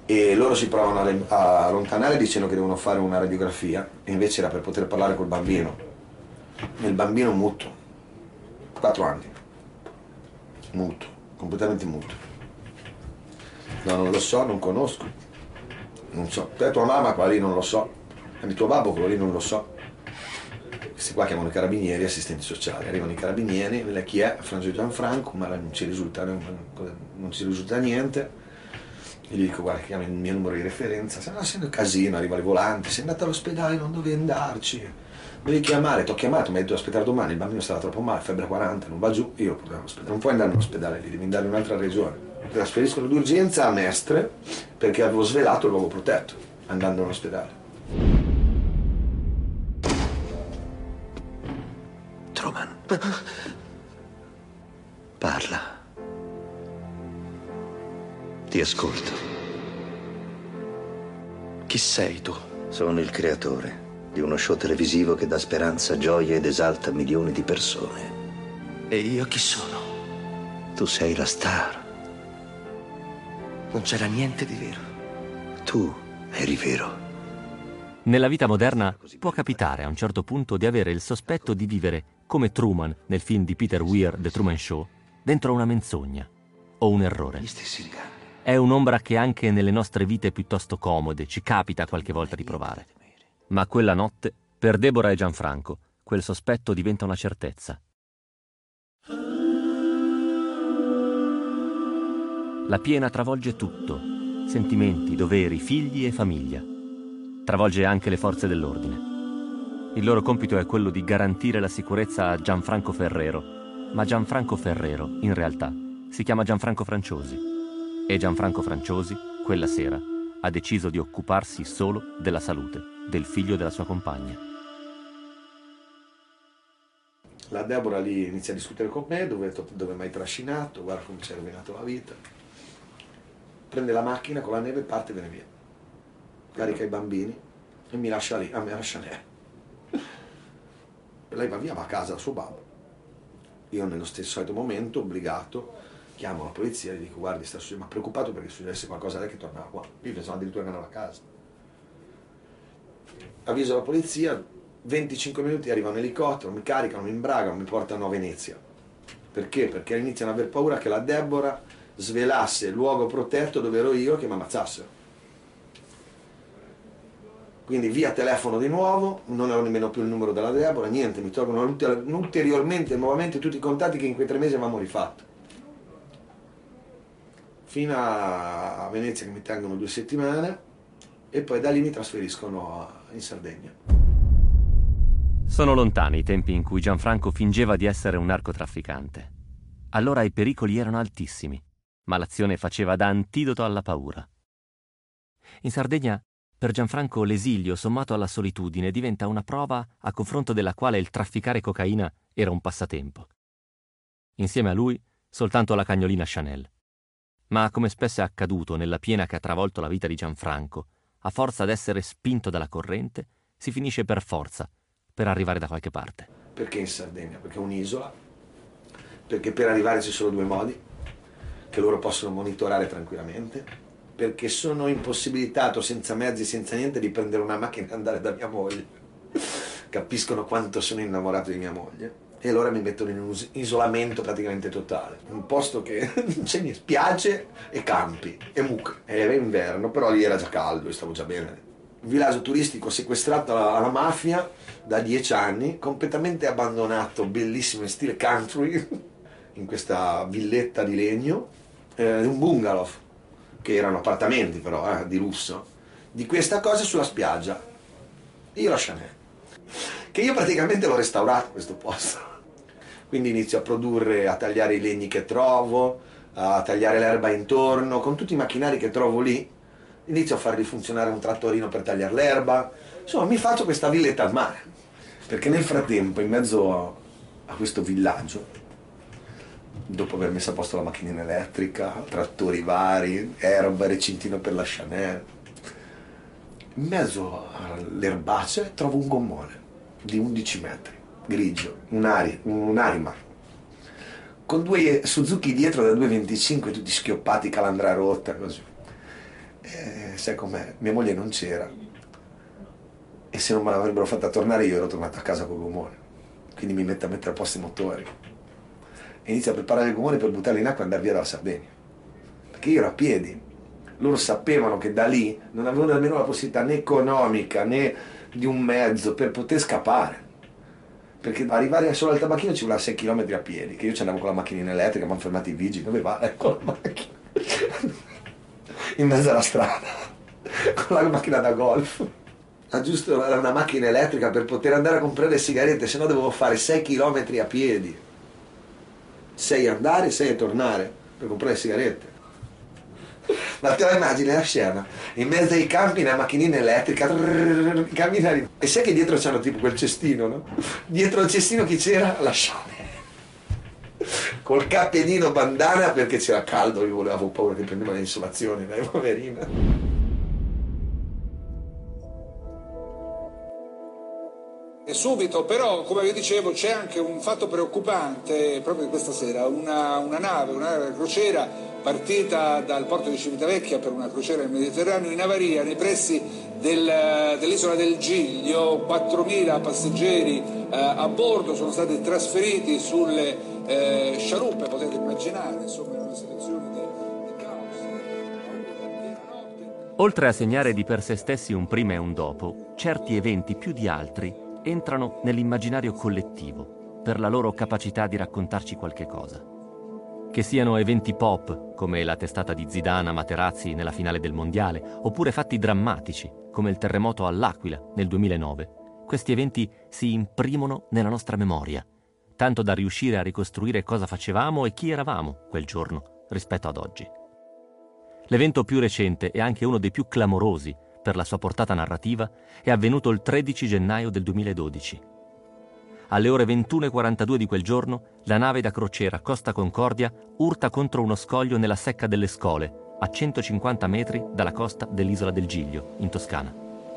e loro si provano a, le- a allontanare dicendo che devono fare una radiografia, e invece era per poter parlare col bambino. E il bambino muto, quattro anni, muto, completamente muto. No, non lo so, non conosco, non so. Te, tua mamma, quella lì non lo so, e il tuo babbo, quello lì non lo so. Questi qua chiamano i carabinieri, assistenti sociali, arrivano i carabinieri, lei chi è? Frangio Gianfranco, ma non ci risulta, non ci risulta niente. E gli dico, guarda, chiami il mio numero di referenza, sta facendo casino, arriva il volante, sei andato all'ospedale, non dovevi andarci, devi chiamare, ti ho chiamato, mi hai detto aspettare domani, il bambino stava troppo male, febbre quaranta, non va giù, io non puoi andare all'ospedale lì, devi andare in un'altra regione. Trasferiscono d'urgenza a Mestre perché avevo svelato il luogo protetto, andando all'ospedale. Truman, parla. Ti ascolto. Chi sei tu? Sono il creatore di uno show televisivo che dà speranza, gioia ed esalta milioni di persone. E io chi sono? Tu sei la star. Non c'era niente di vero. Tu eri vero. Nella vita moderna può capitare a un certo punto di avere il sospetto di vivere come Truman nel film di Peter Weir, The Truman Show, dentro una menzogna o un errore. Gli stessi inganni. È un'ombra che anche nelle nostre vite piuttosto comode ci capita qualche volta di provare. Ma quella notte, per Deborah e Gianfranco, quel sospetto diventa una certezza. La piena travolge tutto: sentimenti, doveri, figli e famiglia. Travolge anche le forze dell'ordine. Il loro compito è quello di garantire la sicurezza a Gianfranco Ferrero, ma Gianfranco Ferrero, in realtà, si chiama Gianfranco Franciosi. E Gianfranco Franciosi, quella sera, ha deciso di occuparsi solo della salute del figlio della sua compagna. La Deborah lì inizia a discutere con me, dove, dove mi hai trascinato, guarda come ci hai rovinato la vita. Prende la macchina con la neve e parte e viene via. Carica i bambini e mi lascia lì, a me lascia neve. E lei va via, va a casa al suo babbo. Io nello stesso solito momento, obbligato, chiamo la polizia e gli dico, guardi, sta succedendo, ma preoccupato perché succedesse qualcosa a lei che tornava qua. Io pensavo addirittura che andava a casa. Avviso la polizia, venticinque minuti arriva un elicottero, mi caricano, mi imbragano, mi portano a Venezia. Perché? Perché iniziano ad aver paura che la Deborah svelasse il luogo protetto dove ero io, che mi ammazzassero. Quindi via telefono di nuovo, non ho nemmeno più il numero della Deborah, niente, mi tolgono ulteriormente, nuovamente tutti i contatti che in quei tre mesi avevamo rifatto. Fino a Venezia, che mi tengono due settimane, e poi da lì mi trasferiscono in Sardegna. Sono lontani i tempi in cui Gianfranco fingeva di essere un narcotrafficante. Allora i pericoli erano altissimi, ma l'azione faceva da antidoto alla paura. In Sardegna, per Gianfranco, l'esilio sommato alla solitudine diventa una prova a confronto della quale il trafficare cocaina era un passatempo. Insieme a lui, soltanto la cagnolina Chanel. Ma come spesso è accaduto nella piena che ha travolto la vita di Gianfranco, a forza d'essere spinto dalla corrente, si finisce per forza, per arrivare da qualche parte. Perché in Sardegna? Perché è un'isola, perché per arrivare ci sono due modi, che loro possono monitorare tranquillamente, perché sono impossibilitato, senza mezzi, senza niente, di prendere una macchina e andare da mia moglie. Capiscono quanto sono innamorato di mia moglie. E allora mi mettono in un isolamento praticamente totale. Un posto che c'è spiagge e campi e mucche. Era inverno, però lì era già caldo e stavo già bene. Un villaggio turistico sequestrato alla, alla mafia da dieci anni, completamente abbandonato, bellissimo in stile country, in questa villetta di legno, eh, un bungalow, che erano appartamenti però, eh, di lusso, di questa cosa sulla spiaggia. Io la Chanel. Che io praticamente l'ho restaurato questo posto. Quindi inizio a produrre, a tagliare i legni che trovo, a tagliare l'erba intorno, con tutti i macchinari che trovo lì, inizio a farli funzionare un trattorino per tagliare l'erba. Insomma, mi faccio questa villetta al mare. Perché nel frattempo, in mezzo a, a questo villaggio, dopo aver messo a posto la macchinina elettrica, trattori vari, erba, recintino per la Chanel, in mezzo all'erbacea trovo un gommone di undici metri, grigio, un, Ari, un Arimar, con due Suzuki dietro da due venticinque, tutti schioppati, calandra rotta, così. E sai com'è? Mia moglie non c'era. E se non me l'avrebbero fatta tornare io ero tornato a casa col gommone. Quindi mi metto a mettere a posto i motori. E inizio a preparare il gommone per buttarlo in acqua e andare via dalla Sardegna. Perché io ero a piedi. Loro sapevano che da lì non avevano nemmeno la possibilità né economica né di un mezzo per poter scappare. Perché arrivare solo al tabacchino ci voleva sei chilometri a piedi, che io ci andavo con la macchinina elettrica, mi hanno fermato i vigili, dove va? Ecco la macchina. In mezzo alla strada, con la macchina da golf. Ma giusto, era una macchina elettrica per poter andare a comprare le sigarette, se no dovevo fare sei chilometri a piedi. sei andare, sei tornare per comprare le sigarette. Ma te la immagini la scena? In mezzo ai campi una macchinina elettrica, trrr, cammina. E sai che dietro c'hanno tipo quel cestino, no? Dietro il cestino chi c'era? La sciame. Col cappellino bandana perché c'era caldo, io volevo paura che prendeva l'insolazione, dai, poverina. E subito, però, come vi dicevo, c'è anche un fatto preoccupante proprio di questa sera. Una, una nave, una crociera partita dal porto di Civitavecchia per una crociera nel Mediterraneo in avaria nei pressi del, dell'isola del Giglio. quattromila passeggeri eh, a bordo sono stati trasferiti sulle eh, scialuppe, potete immaginare, insomma, in una situazione di, di caos. Oltre a segnare di per sé stessi un prima e un dopo, certi eventi più di altri entrano nell'immaginario collettivo per la loro capacità di raccontarci qualche cosa. Che siano eventi pop, come la testata di Zidane a Materazzi nella finale del Mondiale, oppure fatti drammatici, come il terremoto all'Aquila nel duemilanove, questi eventi si imprimono nella nostra memoria, tanto da riuscire a ricostruire cosa facevamo e chi eravamo quel giorno rispetto ad oggi. L'evento più recente e anche uno dei più clamorosi per la sua portata narrativa, è avvenuto il tredici gennaio del duemiladodici. Alle ore ventuno e quarantadue di quel giorno, la nave da crociera Costa Concordia urta contro uno scoglio nella Secca delle Scole, a centocinquanta metri dalla costa dell'isola del Giglio, in Toscana.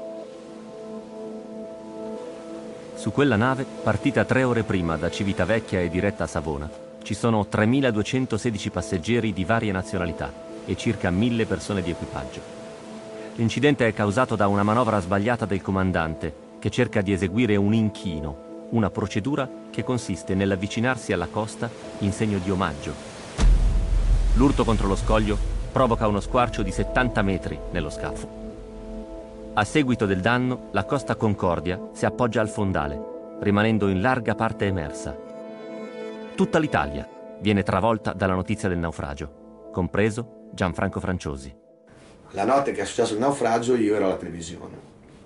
Su quella nave, partita tre ore prima da Civitavecchia e diretta a Savona, ci sono tremiladuecentosedici passeggeri di varie nazionalità e circa mille persone di equipaggio. L'incidente è causato da una manovra sbagliata del comandante che cerca di eseguire un inchino, una procedura che consiste nell'avvicinarsi alla costa in segno di omaggio. L'urto contro lo scoglio provoca uno squarcio di settanta metri nello scafo. A seguito del danno, la Costa Concordia si appoggia al fondale, rimanendo in larga parte emersa. Tutta l'Italia viene travolta dalla notizia del naufragio, compreso Gianfranco Franciosi. La notte che è successo il naufragio io ero alla televisione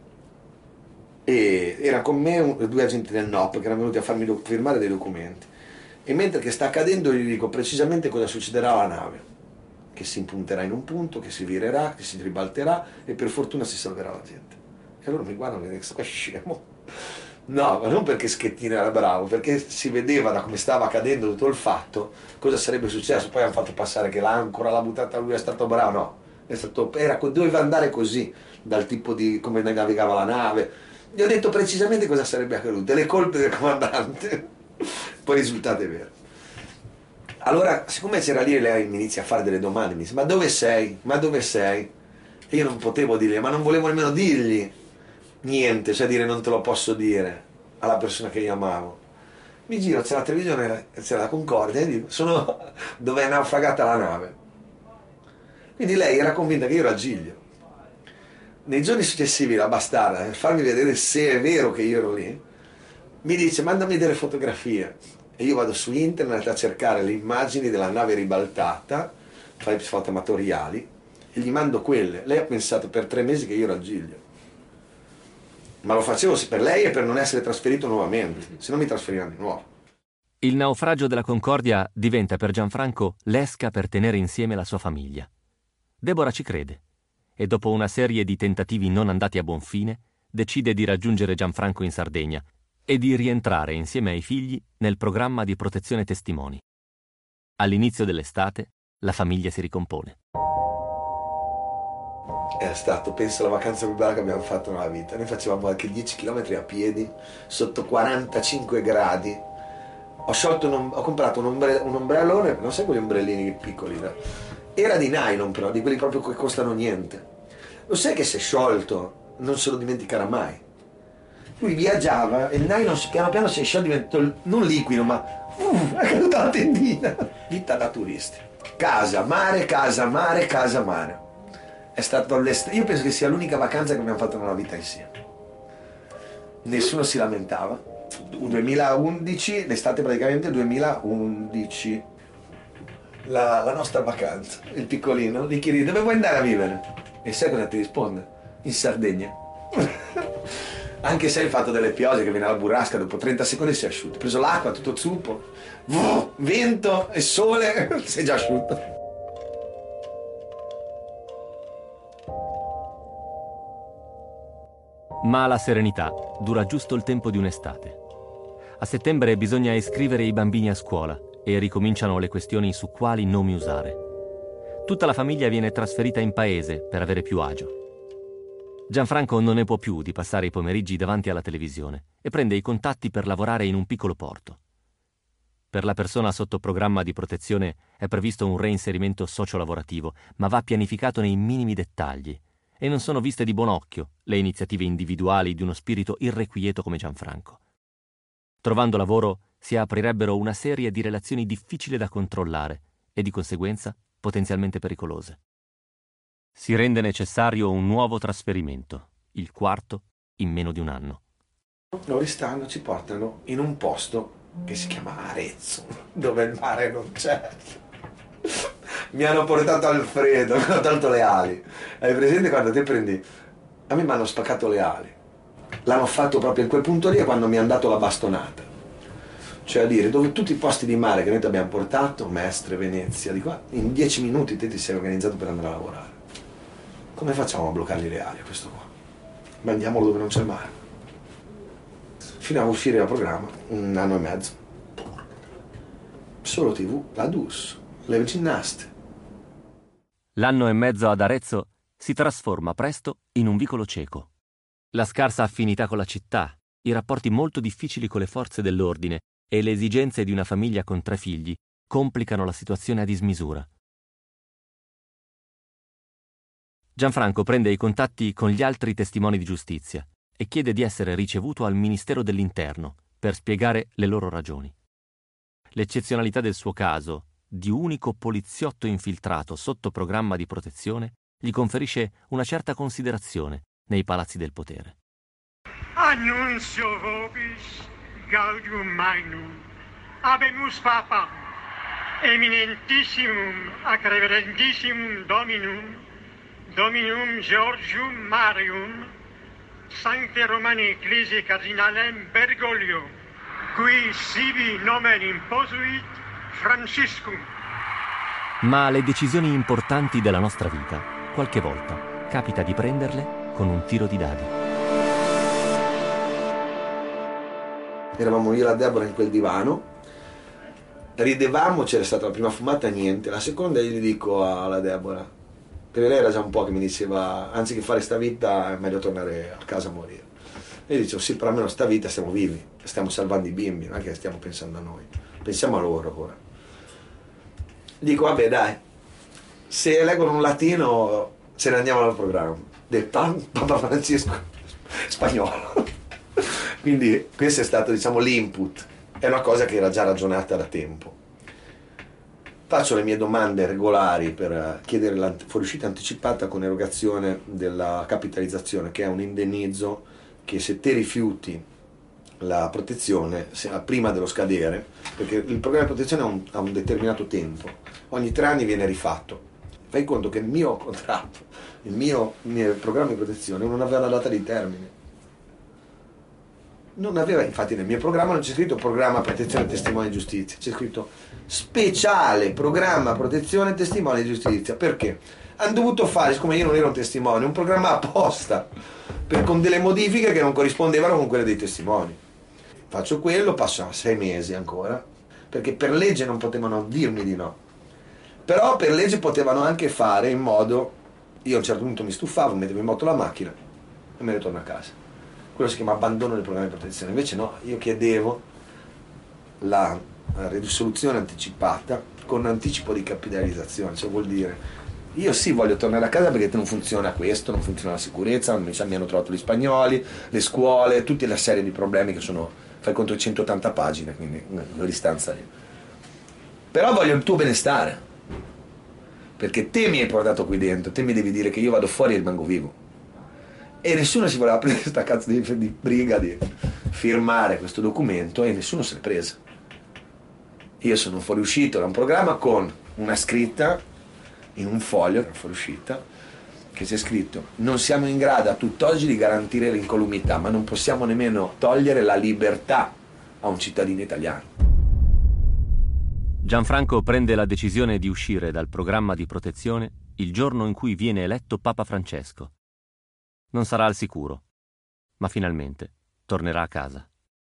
e era con me un, due agenti del N O P che erano venuti a farmi doc- firmare dei documenti, e mentre che sta accadendo gli dico precisamente cosa succederà alla nave, che si impunterà in un punto, che si virerà, che si ribalterà e per fortuna si salverà la gente. E loro mi guardano e mi dicono: scemo. No, ma non perché Schettino era bravo, perché si vedeva da come stava accadendo tutto il fatto cosa sarebbe successo. Poi hanno fatto passare che l'ancora l'ha buttata lui, è stato bravo. No, è stato, era, doveva andare così, dal tipo di come navigava la nave. Gli ho detto precisamente cosa sarebbe accaduto, le colpe del comandante. Poi il risultato è vero. Allora, siccome c'era lì, lei mi inizia a fare delle domande, mi dice: ma dove sei? Ma dove sei? E io non potevo dirgli, ma non volevo nemmeno dirgli niente, cioè dire non te lo posso dire alla persona che io amavo. Mi giro, c'è la televisione, c'è la Concordia, e dico: sono dove è naufragata la nave. Quindi lei era convinta che io ero a Giglio. Nei giorni successivi la bastarda, per farmi vedere se è vero che io ero lì, mi dice: mandami delle fotografie. E io vado su internet a cercare le immagini della nave ribaltata, fai foto amatoriali, e gli mando quelle. Lei ha pensato per tre mesi che io ero a Giglio. Ma lo facevo per lei e per non essere trasferito nuovamente, se no mi trasferivano di nuovo. Il naufragio della Concordia diventa per Gianfranco l'esca per tenere insieme la sua famiglia. Deborah ci crede e dopo una serie di tentativi non andati a buon fine decide di raggiungere Gianfranco in Sardegna e di rientrare insieme ai figli nel programma di protezione testimoni. All'inizio dell'estate la famiglia si ricompone. È stato, penso, la vacanza più bella che abbiamo fatto nella vita. Noi facevamo anche dieci chilometri a piedi sotto quarantacinque gradi. Ho, sciolto un, ho comprato un, ombre, un ombrellone, non sai quegli ombrellini piccoli, no? Era di nylon però, di quelli proprio che costano niente. Lo sai che si è sciolto, non se lo dimenticherà mai. Lui viaggiava e il nylon piano piano si è sciolto, diventato non liquido ma uh, è caduta la tendina. Vita da turisti. Casa, mare, casa, mare, casa, mare. È stato all'est- Io penso che sia l'unica vacanza che abbiamo fatto nella vita insieme. Nessuno si lamentava. duemilaundici, l'estate praticamente duemilaundici. La, la nostra vacanza, il piccolino, gli chiedi dove vuoi andare a vivere? E sai cosa ti risponde? In Sardegna. Anche se hai fatto delle piogge che viene alla burrasca, dopo trenta secondi si è asciutto. Hai preso l'acqua, tutto zuppo, uh, vento e sole, sei già asciutto. Ma la serenità dura giusto il tempo di un'estate. A settembre bisogna iscrivere i bambini a scuola e ricominciano le questioni su quali nomi usare. Tutta la famiglia viene trasferita in paese per avere più agio. Gianfranco non ne può più di passare i pomeriggi davanti alla televisione e prende i contatti per lavorare in un piccolo porto. Per la persona sotto programma di protezione è previsto un reinserimento sociolavorativo, ma va pianificato nei minimi dettagli e non sono viste di buon occhio le iniziative individuali di uno spirito irrequieto come Gianfranco. Trovando lavoro si aprirebbero una serie di relazioni difficili da controllare e di conseguenza potenzialmente pericolose. Si rende necessario un nuovo trasferimento, il quarto in meno di un anno. Loro stanno, ci portano in un posto che si chiama Arezzo, dove il mare non c'è. Mi hanno portato Alfredo, mi hanno tolto le ali. Hai presente quando te prendi? A me mi hanno spaccato le ali. L'hanno fatto proprio in quel punto lì è quando mi hanno dato la bastonata. Cioè a dire, dove tutti i posti di mare che noi ti abbiamo portato, Mestre, Venezia, di qua, in dieci minuti te ti sei organizzato per andare a lavorare. Come facciamo a bloccargli le ali a questo qua? Mandiamolo dove non c'è il mare. Fino a uscire dal programma, un anno e mezzo. Solo tivù, la D U S, le ginnaste. L'anno e mezzo ad Arezzo si trasforma presto in un vicolo cieco. La scarsa affinità con la città, i rapporti molto difficili con le forze dell'ordine e le esigenze di una famiglia con tre figli complicano la situazione a dismisura. Gianfranco prende i contatti con gli altri testimoni di giustizia e chiede di essere ricevuto al Ministero dell'Interno per spiegare le loro ragioni. L'eccezionalità del suo caso, di unico poliziotto infiltrato sotto programma di protezione, gli conferisce una certa considerazione nei palazzi del potere. Annuncio vobis gaudium magnum habemus papam eminentissimum ac reverendissimum dominum dominum Georgium Marium Sancte Romani Ecclesiae Cardinalem Bergoglio qui sibi nomen imposuit Franciscum. Ma le decisioni importanti della nostra vita, qualche volta, capita di prenderle con un tiro di dadi. Eravamo io e la Deborah in quel divano, ridevamo, c'era stata la prima fumata, niente. La seconda io gli dico alla Deborah, perché lei era già un po' che mi diceva, anziché fare sta vita è meglio tornare a casa a morire. E io dicevo, sì, però almeno sta vita stiamo vivi, stiamo salvando i bimbi, non è che stiamo pensando a noi, pensiamo a loro ora. Dico, vabbè dai, se leggono un latino ce ne andiamo dal programma del Papa Francesco spagnolo. Quindi questo è stato, diciamo, l'input, è una cosa che era già ragionata da tempo. Faccio le mie domande regolari per chiedere la fuoriuscita anticipata con erogazione della capitalizzazione, che è un indennizzo che se te rifiuti la protezione prima dello scadere, perché il programma di protezione ha un, ha un determinato tempo, ogni tre anni viene rifatto. Fai conto che il mio contratto, il mio, il mio programma di protezione non aveva una data di termine. Non aveva, infatti nel mio programma non c'è scritto programma protezione testimoni di giustizia, c'è scritto speciale programma protezione testimoni di giustizia. Perché? Hanno dovuto fare, siccome io non ero un testimone, un programma apposta per, con delle modifiche che non corrispondevano con quelle dei testimoni. Faccio quello, passo a sei mesi ancora, perché per legge non potevano dirmi di no. Però per legge potevano anche fare in modo, io a un certo punto mi stufavo, mettevo in moto la macchina e me ne torno a casa. Quello si chiama abbandono del programma di protezione. Invece no, io chiedevo la risoluzione anticipata con anticipo di capitalizzazione, cioè vuol dire io sì voglio tornare a casa perché non funziona questo, non funziona la sicurezza, non mi, mi hanno trovato gli spagnoli, le scuole, tutta la serie di problemi che sono, fai conto, centottanta pagine, quindi una distanza lì. Però voglio il tuo benestare, perché te mi hai portato qui dentro, te mi devi dire che io vado fuori e rimango vivo. E nessuno si voleva prendere questa cazzo di, di briga di firmare questo documento e nessuno se l'è presa. Io sono fuoriuscito da un programma con una scritta in un foglio, che è fuoriuscita, che c'è scritto: non siamo in grado a tutt'oggi di garantire l'incolumità, ma non possiamo nemmeno togliere la libertà a un cittadino italiano. Gianfranco prende la decisione di uscire dal programma di protezione il giorno in cui viene eletto Papa Francesco. Non sarà al sicuro, ma finalmente tornerà a casa.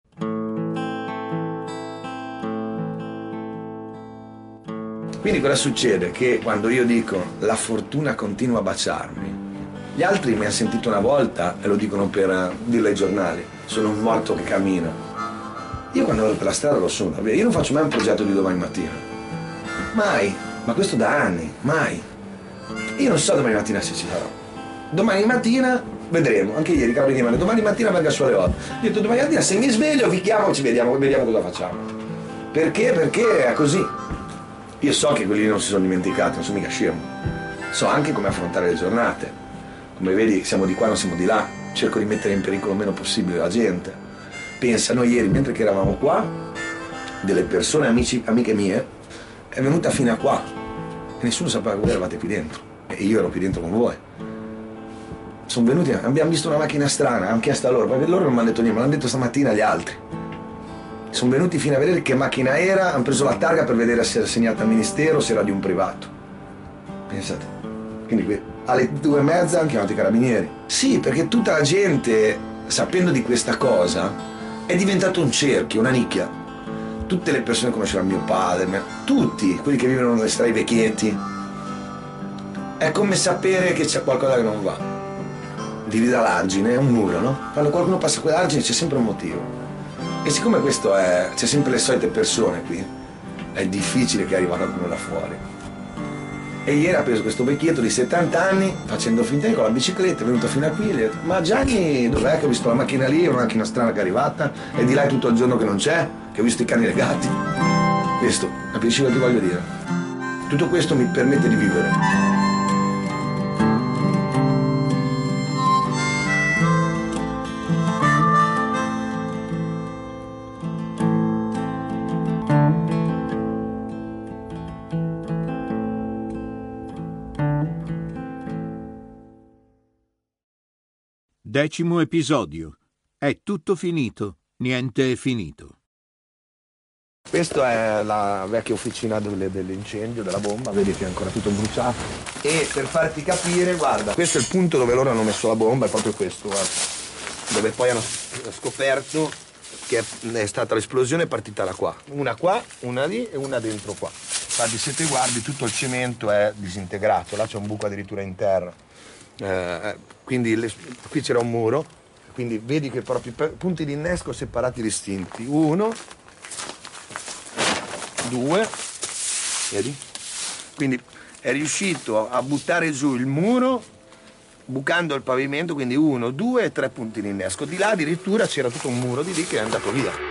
Quindi cosa succede? Che quando io dico la fortuna continua a baciarmi, gli altri mi hanno sentito una volta e lo dicono per uh, dirlo ai giornali, sono un morto che cammina. Io quando vado per la strada lo sono, davvero. Io non faccio mai un progetto di domani mattina, mai, ma questo da anni, mai. Io non so domani mattina se ci sarò. Domani mattina vedremo, anche ieri Carolina mi ha detto domani mattina venga su alle otto. Ho detto domani mattina se mi sveglio vi chiamo, ci vediamo, vediamo cosa facciamo. Perché? Perché è così. Io so che quelli non si sono dimenticati, non sono mica scemo. So anche come affrontare le giornate. Come vedi siamo di qua, non siamo di là. Cerco di mettere in pericolo il meno possibile la gente. Pensa, noi ieri mentre che eravamo qua, delle persone, amici, amiche mie, è venuta fino a qua. E nessuno sapeva che voi eravate qui dentro. E io ero qui dentro con voi. Sono venuti, abbiamo visto una macchina strana, hanno chiesto a loro, perché loro non mi hanno detto niente, me l'hanno detto stamattina agli altri. Sono venuti fino a vedere che macchina era, hanno preso la targa per vedere se era segnata al ministero o se era di un privato. Pensate. Quindi qui alle due e mezza hanno chiamato i carabinieri. Sì, perché tutta la gente, sapendo di questa cosa, è diventato un cerchio, una nicchia. Tutte le persone conoscevano mio padre, mia... tutti, quelli che vivono nelle strade vecchietti. È come sapere che c'è qualcosa che non va. Vivi dall'argine, è un muro, no? Quando qualcuno passa quell'argine c'è sempre un motivo. E siccome questo è, c'è sempre le solite persone qui, è difficile che arriva qualcuno da fuori. E ieri ha preso questo vecchietto di settanta anni, facendo finta che con la bicicletta è venuto fino a qui e gli ha detto: ma Gianni, dov'è che ho visto la macchina lì, una macchina strana che è arrivata, e di là è tutto il giorno che non c'è, che ho visto i cani legati. Questo, capisci cosa ti voglio dire? Tutto questo mi permette di vivere. Decimo episodio. È tutto finito, niente è finito. Questa è la vecchia officina delle, dell'incendio, della bomba, vedi che è ancora tutto bruciato. E per farti capire, guarda, questo è il punto dove loro hanno messo la bomba, è proprio questo, guarda. Dove poi hanno scoperto che è stata l'esplosione, è partita da qua. Una qua, una lì e una dentro qua. Infatti se te guardi tutto il cemento è disintegrato, là c'è un buco addirittura in terra. Eh, quindi le, qui c'era un muro, quindi vedi che proprio punti di innesco separati distinti. Uno, due, vedi? Quindi è riuscito a buttare giù il muro bucando il pavimento, quindi uno, due e tre punti di innesco. Di là addirittura c'era tutto un muro di lì che è andato via.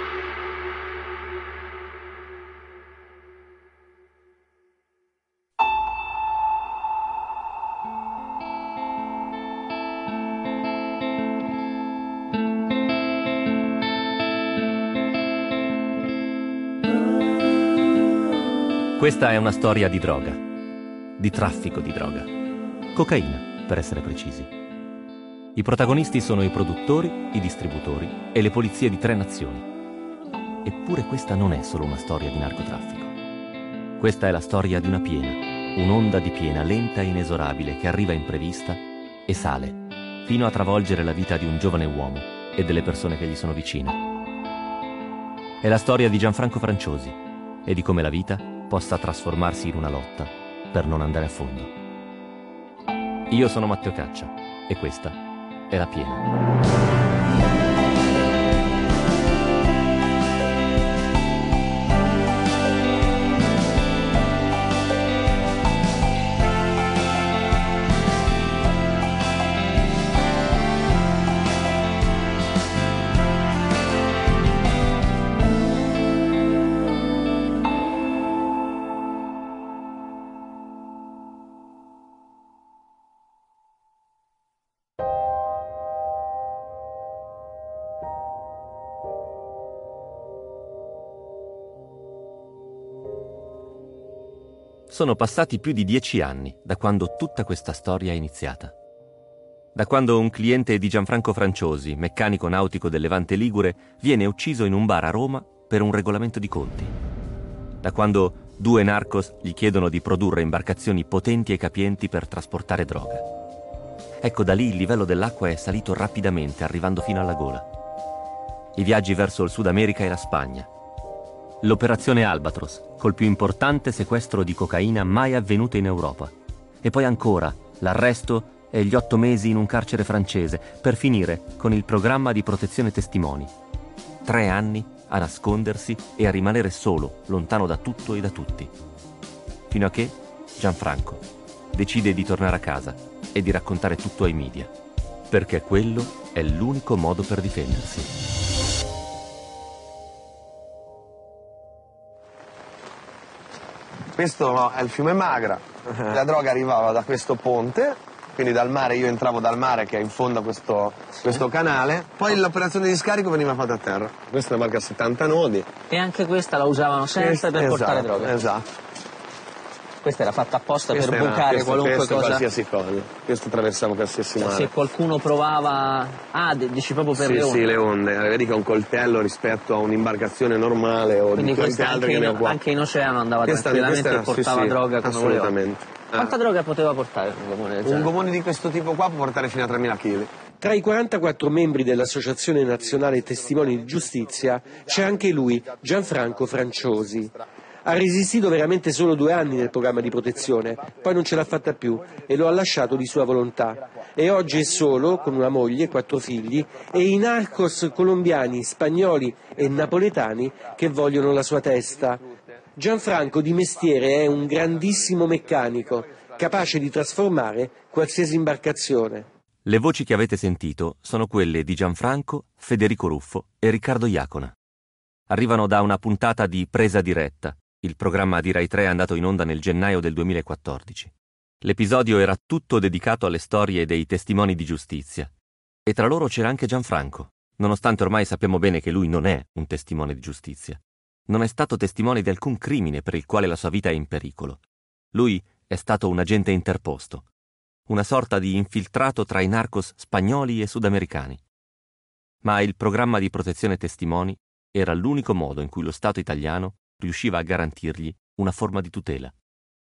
Questa è una storia di droga, di traffico di droga, cocaina per essere precisi. I protagonisti sono i produttori, i distributori e le polizie di tre nazioni. Eppure questa non è solo una storia di narcotraffico. Questa è la storia di una piena, un'onda di piena lenta e inesorabile che arriva imprevista e sale fino a travolgere la vita di un giovane uomo e delle persone che gli sono vicine. È la storia di Gianfranco Franciosi e di come la vita possa trasformarsi in una lotta per non andare a fondo. Io sono Matteo Caccia e questa è La Piena. Sono passati più di dieci anni da quando tutta questa storia è iniziata. Da quando un cliente di Gianfranco Franciosi, meccanico nautico del Levante Ligure, viene ucciso in un bar a Roma per un regolamento di conti. Da quando due narcos gli chiedono di produrre imbarcazioni potenti e capienti per trasportare droga. Ecco, da lì il livello dell'acqua è salito rapidamente, arrivando fino alla gola. I viaggi verso il Sud America e la Spagna. L'operazione Albatros, col più importante sequestro di cocaina mai avvenuto in Europa. E poi ancora l'arresto e gli otto mesi in un carcere francese, per finire con il programma di protezione testimoni. Tre anni a nascondersi e a rimanere solo, lontano da tutto e da tutti. Fino a che Gianfranco decide di tornare a casa e di raccontare tutto ai media, perché quello è l'unico modo per difendersi. Questo è il fiume Magra, la droga arrivava da questo ponte, quindi dal mare, io entravo dal mare che è in fondo a questo, questo canale, poi l'operazione di scarico veniva fatta a terra. Questa è una barca a settanta nodi. E anche questa la usavano sempre Questa, per esatto, portare droga? Esatto. Questa era fatta apposta Questa per era, bucare questo, qualunque questo, cosa? qualsiasi cosa. Questo attraversava qualsiasi Cioè, mare. se qualcuno provava... Ah, dici proprio per sì, le onde? Sì, le onde. Vedi che è un coltello rispetto a un'imbarcazione normale o Quindi di queste questa altre anche che ne ho in, qua. anche in oceano andava Questa- tranquillamente questa e era- sì, portava sì, droga come voleva? assolutamente. Quanta Ah. droga poteva portare un gomone del Un genere? gomone di questo tipo qua può portare fino a tremila chili. Tra i quarantaquattro membri dell'Associazione Nazionale Testimoni di Giustizia c'è anche lui, Gianfranco Franciosi. Ha resistito veramente solo due anni nel programma di protezione, poi non ce l'ha fatta più e lo ha lasciato di sua volontà. E oggi è solo, con una moglie e quattro figli, e i narcos colombiani, spagnoli e napoletani che vogliono la sua testa. Gianfranco di mestiere è un grandissimo meccanico, capace di trasformare qualsiasi imbarcazione. Le voci che avete sentito sono quelle di Gianfranco, Federico Ruffo e Riccardo Iacona. Arrivano da una puntata di Presa Diretta, il programma di Rai tre andato in onda nel gennaio del duemilaquattordici. L'episodio era tutto dedicato alle storie dei testimoni di giustizia. E tra loro c'era anche Gianfranco, nonostante ormai sappiamo bene che lui non è un testimone di giustizia. Non è stato testimone di alcun crimine per il quale la sua vita è in pericolo. Lui è stato un agente interposto, una sorta di infiltrato tra i narcos spagnoli e sudamericani. Ma il programma di protezione testimoni era l'unico modo in cui lo Stato italiano riusciva a garantirgli una forma di tutela.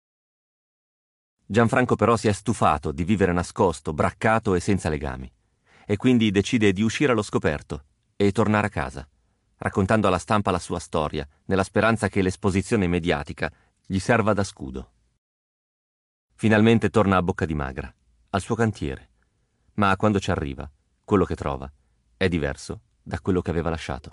Gianfranco però si è stufato di vivere nascosto, braccato e senza legami, e quindi decide di uscire allo scoperto e tornare a casa, raccontando alla stampa la sua storia, nella speranza che l'esposizione mediatica gli serva da scudo. Finalmente torna a Bocca di Magra, al suo cantiere, ma quando ci arriva, quello che trova è diverso da quello che aveva lasciato.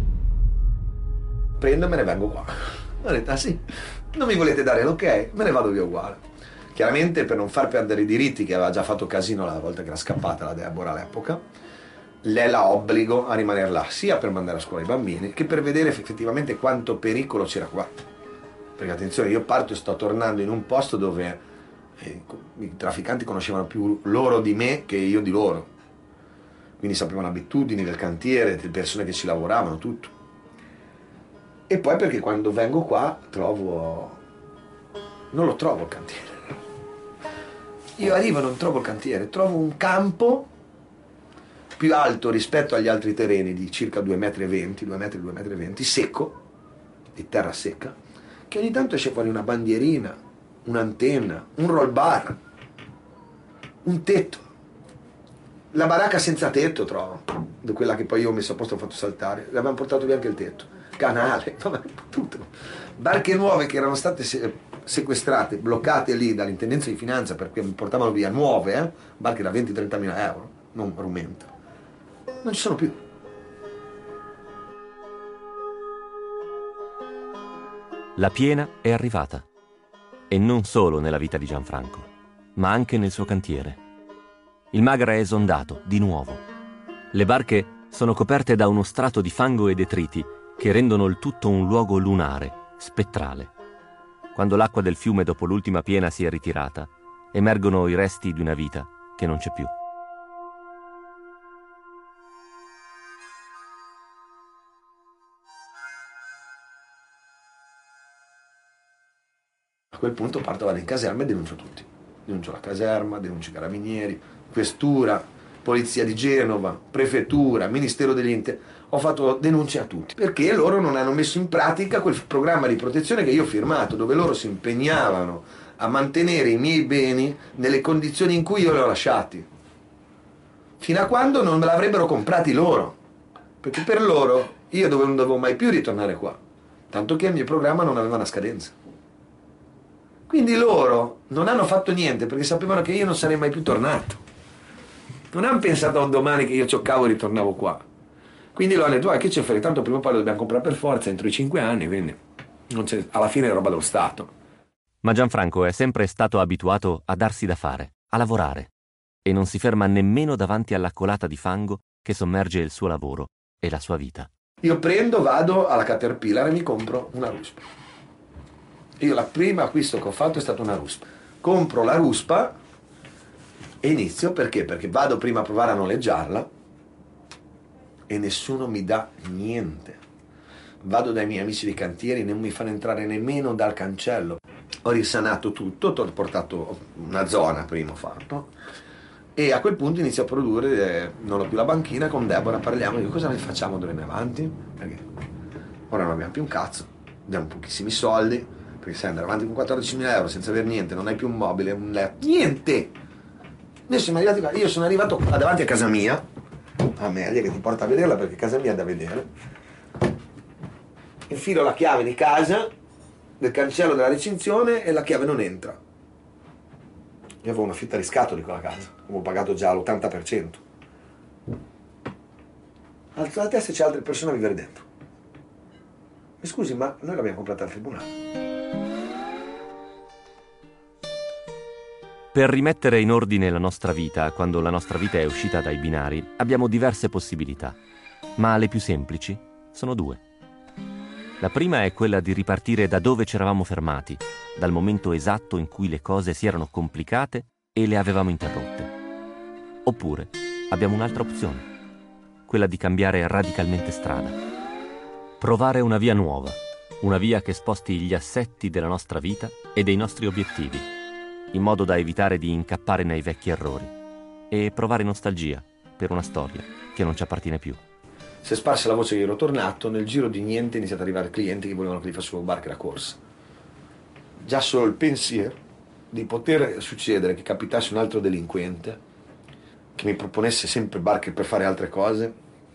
Prendo e me ne vengo qua. Ho detto, ah sì, non mi volete dare l'ok, me ne vado via uguale. Chiaramente per non far perdere i diritti, che aveva già fatto casino la volta che era scappata la Deborah all'epoca, lei la obbligo a rimanere là, sia per mandare a scuola i bambini, che per vedere effettivamente quanto pericolo c'era qua. Perché attenzione, io parto e sto tornando in un posto dove eh, i trafficanti conoscevano più loro di me che io di loro. Quindi sapevano abitudini del cantiere, delle persone che ci lavoravano, tutto. E poi perché quando vengo qua trovo... non lo trovo il cantiere. Io arrivo e non trovo il cantiere, trovo un campo più alto rispetto agli altri terreni di circa due metri e venti, due metri, due metri e venti, secco, di terra secca, che ogni tanto esce fuori una bandierina, un'antenna, un roll bar, un tetto. La baracca senza tetto trovo, quella che poi io ho messo a posto e ho fatto saltare, le avevano portato via anche il tetto, canale, tutto. Barche nuove che erano state sequestrate, bloccate lì dall'intendenza di finanza perché mi portavano via nuove, eh? Barche da venti trenta mila euro, non rumento. Non ci sono più. La piena è arrivata, e non solo nella vita di Gianfranco, ma anche nel suo cantiere. Il Magra è esondato, di nuovo. Le barche sono coperte da uno strato di fango e detriti che rendono il tutto un luogo lunare, spettrale. Quando l'acqua del fiume dopo l'ultima piena si è ritirata, emergono i resti di una vita che non c'è più. A quel punto parto, vado in caserma e denuncio tutti. Denuncio la caserma, denuncio i carabinieri, questura, polizia di Genova, prefettura, ministero degli inter. Ho fatto denunce a tutti, perché loro non hanno messo in pratica quel programma di protezione che io ho firmato, dove loro si impegnavano a mantenere i miei beni nelle condizioni in cui io li ho lasciati, fino a quando non me l'avrebbero comprati loro, perché per loro io non dovevo mai più ritornare qua, tanto che il mio programma non aveva una scadenza. Quindi loro non hanno fatto niente perché sapevano che io non sarei mai più tornato. Non hanno pensato a un domani che io cioccavo e ritornavo qua. Quindi lo hanno detto, ah, che c'è frega, tanto prima o poi lo dobbiamo comprare per forza entro i cinque anni, quindi non c'è, alla fine è roba dello Stato. Ma Gianfranco è sempre stato abituato a darsi da fare, a lavorare, e non si ferma nemmeno davanti alla colata di fango che sommerge il suo lavoro e la sua vita. Io prendo, vado alla Caterpillar e mi compro una ruspa. Io la prima acquisto che ho fatto è stata una ruspa. Compro la ruspa e inizio, perché? Perché vado prima a provare a noleggiarla e nessuno mi dà niente. Vado dai miei amici dei cantieri, non mi fanno entrare nemmeno dal cancello. Ho risanato tutto, ho portato una zona prima ho fatto e a quel punto inizio a produrre, eh, non ho più la banchina, con Deborah parliamo, dico cosa ne facciamo d'ora in avanti? Perché ora non abbiamo più un cazzo, abbiamo pochissimi soldi, perché sai andare avanti con quattordicimila euro senza avere niente, non hai più un mobile, un letto, niente! Noi siamo arrivati qua, io sono arrivato davanti a casa mia, Amelia che ti porta a vederla perché casa mia è da vedere, infilo la chiave di casa, del cancello della recinzione e la chiave non entra. Io avevo una fitta riscatto di quella casa, avevo pagato già l'ottanta per cento. Alzo la testa e c'è altre persone a vivere dentro. Mi scusi, ma noi l'abbiamo comprata al tribunale. Per rimettere in ordine la nostra vita, quando la nostra vita è uscita dai binari, abbiamo diverse possibilità, ma le più semplici sono due. La prima è quella di ripartire da dove ci eravamo fermati, dal momento esatto in cui le cose si erano complicate e le avevamo interrotte. Oppure abbiamo un'altra opzione, quella di cambiare radicalmente strada. Provare una via nuova, una via che sposti gli assetti della nostra vita e dei nostri obiettivi, in modo da evitare di incappare nei vecchi errori e provare nostalgia per una storia che non ci appartiene più. Si è sparsa la voce che ero tornato, nel giro di niente è iniziato ad arrivare clienti che volevano che gli facessi barche da corsa. Già solo il pensiero di poter succedere che capitasse un altro delinquente che mi proponesse sempre barche per fare altre cose,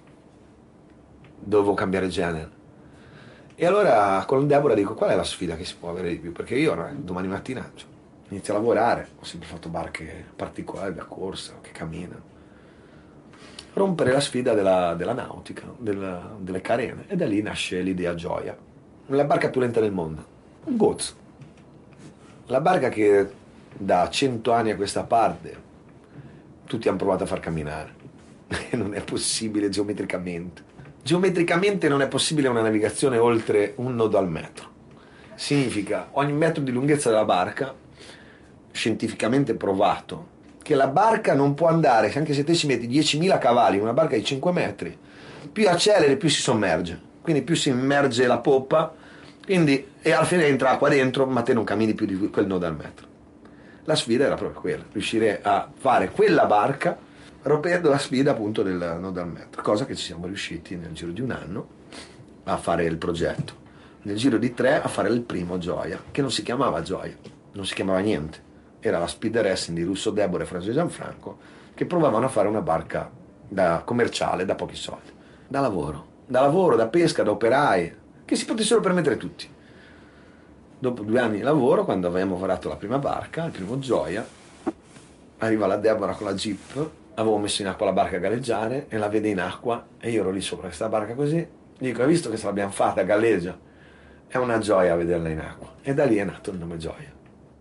dovevo cambiare genere. E allora con Deborah dico, qual è la sfida che si può avere di più? Perché io domani mattina cioè, inizio a lavorare, ho sempre fatto barche particolari da corsa, che camminano. Rompere la sfida della, della nautica, della, delle carene, e da lì nasce l'idea Gioia. La barca più lenta del mondo, un gozzo. La barca che da cento anni a questa parte tutti hanno provato a far camminare e non è possibile geometricamente. Geometricamente non è possibile una navigazione oltre un nodo al metro. Significa ogni metro di lunghezza della barca, scientificamente provato, che la barca non può andare, anche se te ci metti diecimila cavalli, una barca di cinque metri, più acceleri più si sommerge, quindi più si immerge la poppa, quindi, e alla fine entra acqua dentro, ma te non cammini più di quel nodo al metro. La sfida era proprio quella, riuscire a fare quella barca rompendo la sfida appunto del nodo al metro, cosa che ci siamo riusciti nel giro di un anno a fare il progetto, nel giro di tre a fare il primo Gioia, che non si chiamava Gioia, non si chiamava niente. Era la speed racing di Russo Deborah e Franco Gianfranco che provavano a fare una barca da commerciale da pochi soldi, da lavoro, da lavoro, da pesca, da operai, che si potessero permettere tutti. Dopo due anni di lavoro, quando avevamo lavorato la prima barca, il primo Gioia, arriva la Deborah con la jeep, avevo messo in acqua la barca a galleggiare e la vede in acqua e io ero lì sopra questa barca così, gli dico, hai visto che ce l'abbiamo fatta, galleggia? È una gioia vederla in acqua. E da lì è nato il nome Gioia.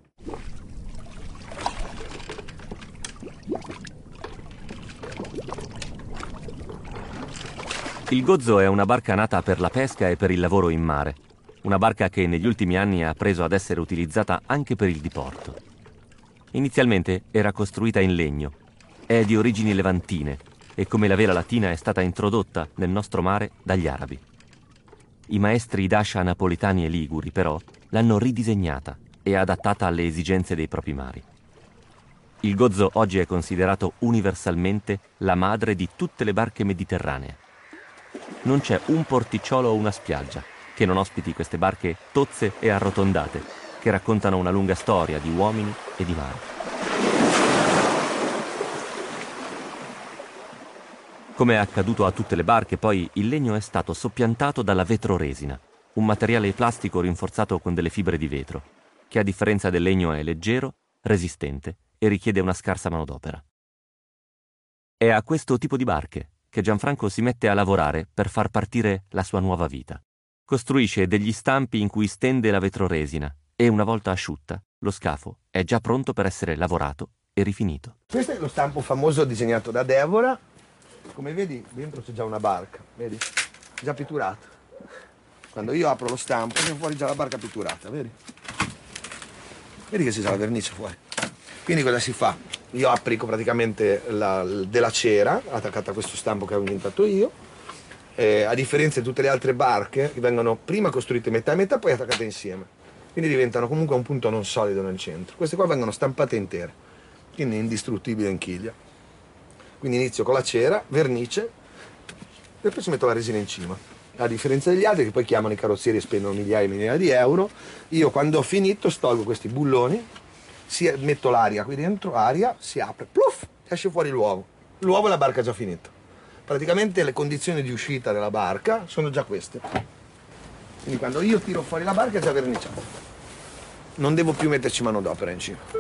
Il Gozzo è una barca nata per la pesca e per il lavoro in mare. Una barca che negli ultimi anni ha preso ad essere utilizzata anche per il diporto. Inizialmente era costruita in legno, è di origini levantine e come la vela latina è stata introdotta nel nostro mare dagli arabi. I maestri d'ascia napoletani e liguri però l'hanno ridisegnata e adattata alle esigenze dei propri mari. Il Gozo oggi è considerato universalmente la madre di tutte le barche mediterranee. Non c'è un porticciolo o una spiaggia che non ospiti queste barche tozze e arrotondate, che raccontano una lunga storia di uomini e di mare. Come è accaduto a tutte le barche, poi, il legno è stato soppiantato dalla vetroresina, un materiale plastico rinforzato con delle fibre di vetro, che a differenza del legno è leggero, resistente e richiede una scarsa manodopera. È a questo tipo di barche che Gianfranco si mette a lavorare per far partire la sua nuova vita. Costruisce degli stampi in cui stende la vetroresina e, una volta asciutta, lo scafo è già pronto per essere lavorato e rifinito. Questo è lo stampo famoso disegnato da Deborah. Come vedi, dentro c'è già una barca, vedi? Già pitturata. Quando io apro lo stampo, viene fuori già la barca pitturata, vedi? Vedi che c'è già la vernice fuori. Quindi cosa si fa? Io applico praticamente la, della cera attaccata a questo stampo che ho inventato io, eh, a differenza di tutte le altre barche che vengono prima costruite metà e metà, poi attaccate insieme. Quindi diventano comunque un punto non solido nel centro. Queste qua vengono stampate intere, quindi indistruttibile in chiglia. Quindi inizio con la cera, vernice, e poi ci metto la resina in cima. A differenza degli altri che poi chiamano i carrozzieri e spendono migliaia e migliaia di euro, io quando ho finito stolgo questi bulloni, si, metto l'aria qui dentro, aria, si apre, pluff, esce fuori l'uovo. L'uovo e la barca è già finita. Praticamente le condizioni di uscita della barca sono già queste. Quindi quando io tiro fuori la barca è già verniciata. Non devo più metterci manodopera in cima.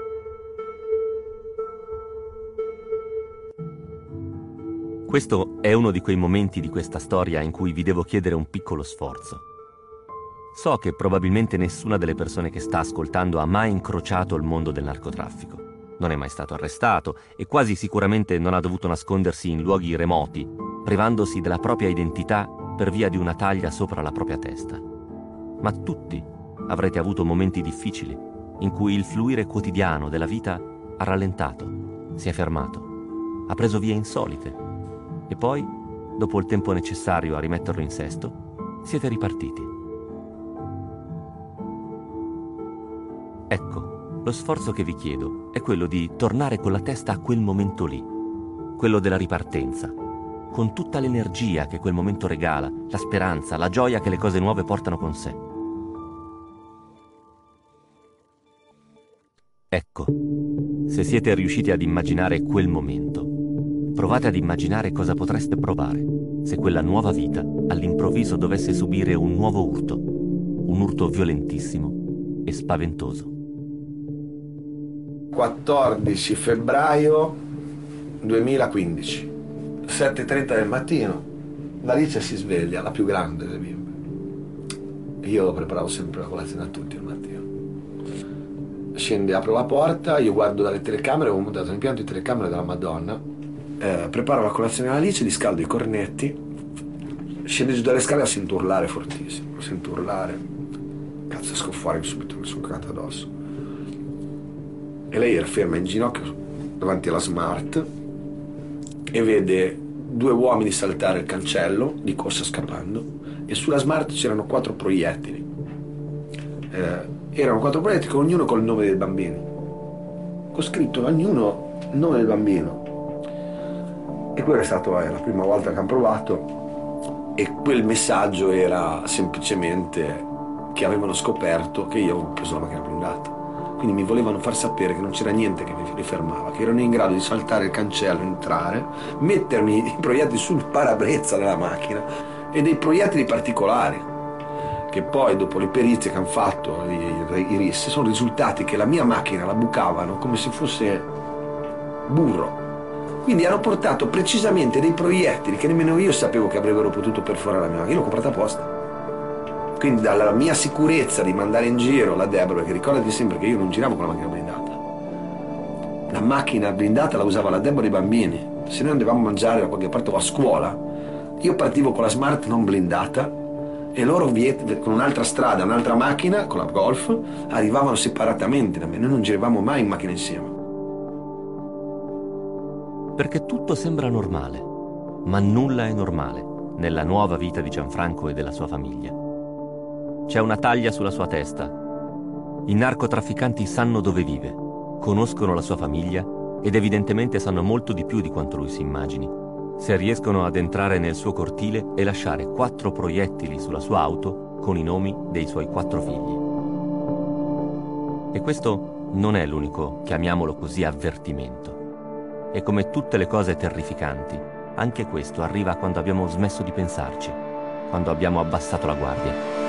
Questo è uno di quei momenti di questa storia in cui vi devo chiedere un piccolo sforzo. So che probabilmente nessuna delle persone che sta ascoltando ha mai incrociato il mondo del narcotraffico. Non è mai stato arrestato e quasi sicuramente non ha dovuto nascondersi in luoghi remoti, privandosi della propria identità per via di una taglia sopra la propria testa. Ma tutti avrete avuto momenti difficili in cui il fluire quotidiano della vita ha rallentato, si è fermato, ha preso vie insolite. E poi, dopo il tempo necessario a rimetterlo in sesto, siete ripartiti. Ecco, lo sforzo che vi chiedo è quello di tornare con la testa a quel momento lì, quello della ripartenza, con tutta l'energia che quel momento regala, la speranza, la gioia che le cose nuove portano con sé. Ecco, se siete riusciti ad immaginare quel momento, provate ad immaginare cosa potreste provare se quella nuova vita all'improvviso dovesse subire un nuovo urto, un urto violentissimo e spaventoso. quattordici febbraio duemilaquindici, sette e trenta del mattino, Alice si sveglia, la più grande delle bimbe. Io preparavo sempre la colazione a tutti il mattino. Scende, apro la porta, io guardo dalle telecamere, ho montato un impianto di telecamere della Madonna. Eh, preparo la colazione alla Alice, gli scaldo i cornetti, scende giù dalle scale a sento urlare fortissimo, sento urlare, cazzo esco fuori subito, mi sono cagato addosso. E lei era ferma in ginocchio davanti alla Smart e vede due uomini saltare il cancello di corsa scappando e sulla Smart c'erano quattro proiettili. Eh, erano quattro proiettili, ognuno col nome del bambino, con scritto ognuno il nome del bambino. E quella è stata la prima volta che hanno provato e quel messaggio era semplicemente che avevano scoperto che io avevo preso la macchina blindata. Quindi mi volevano far sapere che non c'era niente che mi fermava, che erano in grado di saltare il cancello, entrare, mettermi i proiettili sul parabrezza della macchina e dei proiettili particolari che poi dopo le perizie che hanno fatto i, i R I S sono risultati che la mia macchina la bucavano come se fosse burro. Quindi hanno portato precisamente dei proiettili che nemmeno io sapevo che avrebbero potuto perforare la mia macchina. Io l'ho comprata apposta. Quindi dalla mia sicurezza di mandare in giro la Deborah, perché ricordati sempre che io non giravo con la macchina blindata. La macchina blindata la usava la Deborah e i bambini. Se noi andavamo a mangiare da qualche parte o a scuola, io partivo con la Smart non blindata e loro con un'altra strada, un'altra macchina, con la Golf, arrivavano separatamente da me. Noi non giravamo mai in macchina insieme. Perché tutto sembra normale, ma nulla è normale nella nuova vita di Gianfranco e della sua famiglia. C'è una taglia sulla sua testa, I narcotrafficanti sanno dove vive, conoscono la sua famiglia ed evidentemente sanno molto di più di quanto lui si immagini. Se riescono ad entrare nel suo cortile e lasciare quattro proiettili sulla sua auto con i nomi dei suoi quattro figli. E questo non è l'unico, chiamiamolo così, avvertimento. E come tutte le cose terrificanti, anche questo arriva quando abbiamo smesso di pensarci, quando abbiamo abbassato la guardia.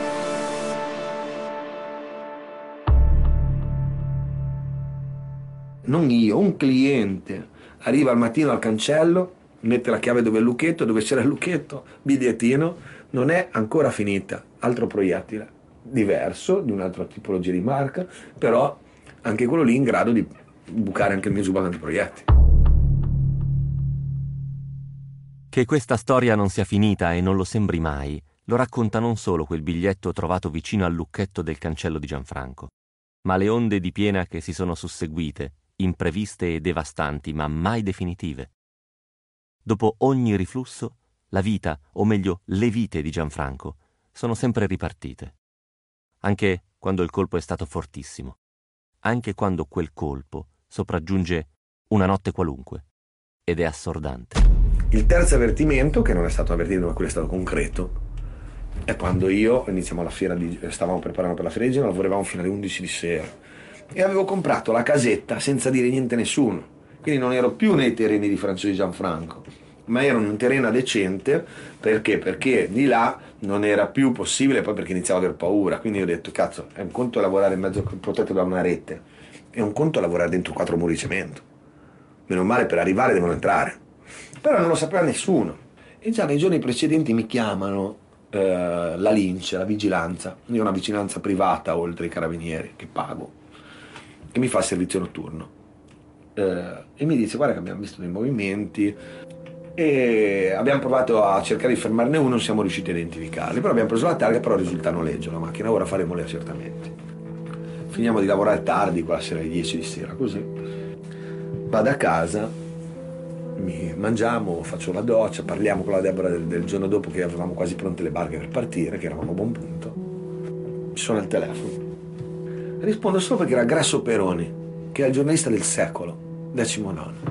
Non io, un cliente arriva al mattino al cancello, mette la chiave dove è il lucchetto, dove c'era il lucchetto, bigliettino, non è ancora finita, altro proiettile, diverso, di un'altra tipologia di marca, però anche quello lì in grado di bucare anche il mio giubbotto antiproiettili. Che questa storia non sia finita e non lo sembri mai, lo racconta non solo quel biglietto trovato vicino al lucchetto del cancello di Gianfranco, ma le onde di piena che si sono susseguite, impreviste e devastanti, ma mai definitive. Dopo ogni riflusso, la vita, o meglio le vite di Gianfranco, sono sempre ripartite. Anche quando il colpo è stato fortissimo. Anche quando quel colpo sopraggiunge una notte qualunque ed è assordante. Il terzo avvertimento, che non è stato avvertimento ma quello è stato concreto, è quando io iniziamo la fiera di, stavamo preparando per la fiera di Genova, lavoravamo fino alle undici di sera e avevo comprato la casetta senza dire niente a nessuno, quindi non ero più nei terreni di Francesco di Gianfranco, ma ero in un terreno decente. Perché? Perché di là non era più possibile, poi perché iniziavo ad aver paura, quindi ho detto cazzo, è un conto lavorare in mezzo protetto da una rete, è un conto lavorare dentro quattro muri di cemento, meno male per arrivare devono entrare, però non lo sapeva nessuno. E già nei giorni precedenti mi chiamano eh, la Lince, la vigilanza, io ho una vigilanza privata oltre ai carabinieri che pago, e mi fa il servizio notturno eh, e mi dice guarda che abbiamo visto dei movimenti e abbiamo provato a cercare di fermarne uno, non siamo riusciti a identificarli, però abbiamo preso la targa, però risulta a noleggio la macchina, ora faremo gli accertamenti. Finiamo di lavorare tardi, quella sera alle dieci di sera, così vado a casa, mi mangiamo, faccio la doccia, parliamo con la Deborah del, del giorno dopo che avevamo quasi pronte le barche per partire, che eravamo a buon punto. Ci sono al telefono, rispondo solo perché era Grasso Peroni, che è il giornalista del secolo, decimonono,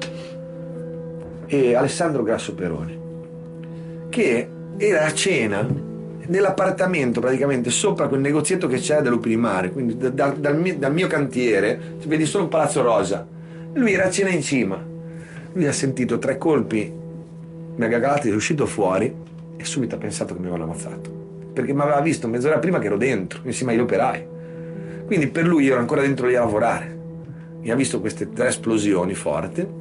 e Alessandro Grasso Peroni, che era a cena nell'appartamento praticamente sopra quel negozietto che c'è dell'U P di Mare, quindi da, da, dal, mio, dal mio cantiere si vedi solo un palazzo rosa, lui era a cena in cima, lui ha sentito tre colpi megagalati, è uscito fuori e subito ha pensato che mi avevano ammazzato, perché mi aveva visto mezz'ora prima che ero dentro insieme agli operai, quindi per lui io ero ancora dentro lì a lavorare, mi ha visto queste tre esplosioni forti.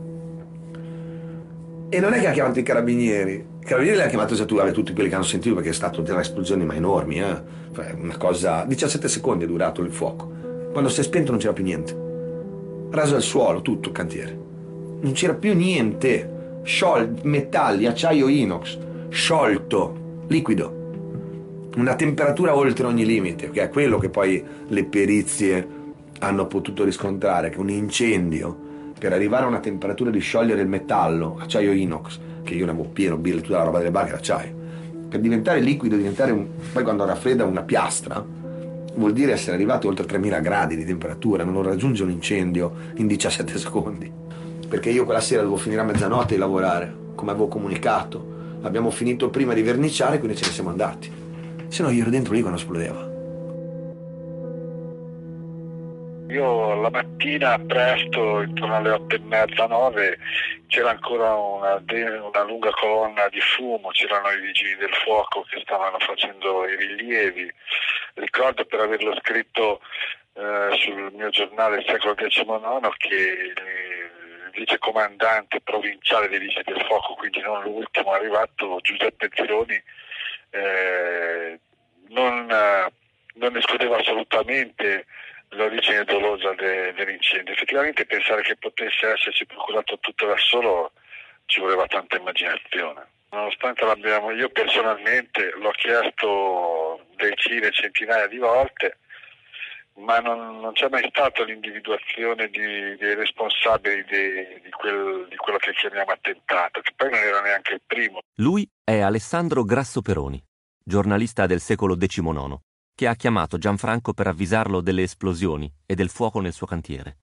E non è che ha chiamato i carabinieri, i carabinieri li ha chiamato già tu, vabbè, tutti quelli che hanno sentito, perché è stato delle esplosioni ma enormi, eh? Cioè, una cosa, diciassette secondi è durato il fuoco, quando si è spento non c'era più niente, raso al suolo tutto il cantiere, non c'era più niente, sciolto, metalli, acciaio inox, sciolto, liquido, una temperatura oltre ogni limite, che è quello che poi le perizie hanno potuto riscontrare, che un incendio, per arrivare a una temperatura di sciogliere il metallo, acciaio inox, che io ne avevo pieno, birra, tutta la roba delle barche d'acciaio, per diventare liquido, diventare un, poi quando raffredda una piastra, vuol dire essere arrivati oltre tremila gradi di temperatura, non raggiunge un incendio in diciassette secondi. Perché io quella sera dovevo finire a mezzanotte di lavorare, come avevo comunicato, abbiamo finito prima di verniciare, quindi ce ne siamo andati, se no io ero dentro lì quando esplodeva. Io la mattina presto, intorno alle otto e mezza, nove, c'era ancora una, una lunga colonna di fumo, c'erano i vigili del fuoco che stavano facendo i rilievi. Ricordo, per averlo scritto eh, sul mio giornale Il Secolo diciannove, che il vicecomandante provinciale dei vigili del fuoco, quindi non l'ultimo arrivato, Giuseppe Zironi, eh, non, non escludeva assolutamente l'origine dolosa de, dell'incendio. Effettivamente pensare che potesse esserci procurato tutto da solo ci voleva tanta immaginazione. Nonostante l'abbiamo, io personalmente l'ho chiesto decine, centinaia di volte, ma non, non c'è mai stata l'individuazione di, dei responsabili di, di, quel, di quello che chiamiamo attentato, che poi non era neanche il primo. Lui è Alessandro Grasso Peroni, giornalista del Secolo diciannove. che ha chiamato Gianfranco per avvisarlo delle esplosioni e del fuoco nel suo cantiere.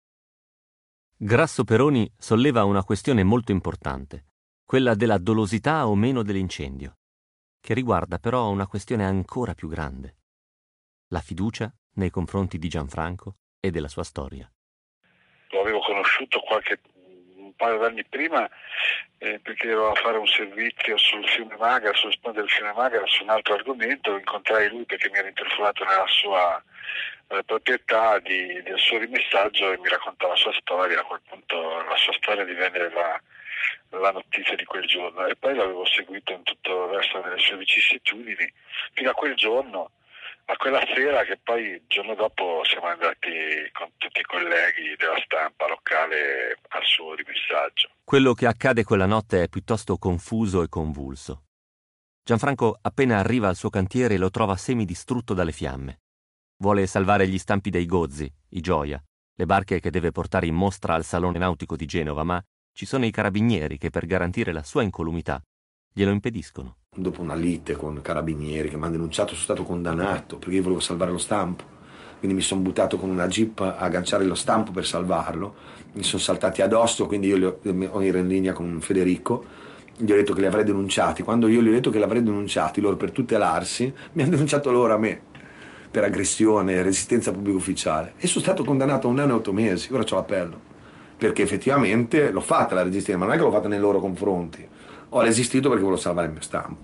Grasso Peroni solleva una questione molto importante, quella della dolosità o meno dell'incendio, che riguarda però una questione ancora più grande: la fiducia nei confronti di Gianfranco e della sua storia. Lo avevo conosciuto qualche un paio d'anni prima eh, perché ero a fare un servizio sul fiume Magara, sullo sponda del fiume Magara, su un altro argomento. Incontrai lui perché mi era interfolato nella sua eh, proprietà di, del suo rimessaggio e mi raccontava la sua storia. A quel punto la sua storia divenne la, la notizia di quel giorno, e poi l'avevo seguito in tutto il resto delle sue vicissitudini fino a quel giorno, a quella sera, che poi il giorno dopo siamo andati con tutti i colleghi della stampa locale al suo rimessaggio. Quello che accade quella notte è piuttosto confuso e convulso. Gianfranco appena arriva al suo cantiere lo trova semidistrutto dalle fiamme. Vuole salvare gli stampi dei Gozzi, i Gioia, le barche che deve portare in mostra al Salone Nautico di Genova, ma ci sono i carabinieri che, per garantire la sua incolumità, glielo impediscono. Dopo una lite con carabinieri che mi hanno denunciato, sono stato condannato perché io volevo salvare lo stampo, quindi mi sono buttato con una jeep a agganciare lo stampo per salvarlo, mi sono saltati addosso, quindi io li ho, ero in linea con Federico, gli ho detto che li avrei denunciati. Quando io gli ho detto che li avrei denunciati loro per tutelarsi, mi hanno denunciato loro a me per aggressione e resistenza pubblico ufficiale, e sono stato condannato a un anno e otto mesi. Ora c'ho l'appello, perché effettivamente l'ho fatta la resistenza, ma non è che l'ho fatta nei loro confronti, ho resistito perché volevo salvare il mio stampo.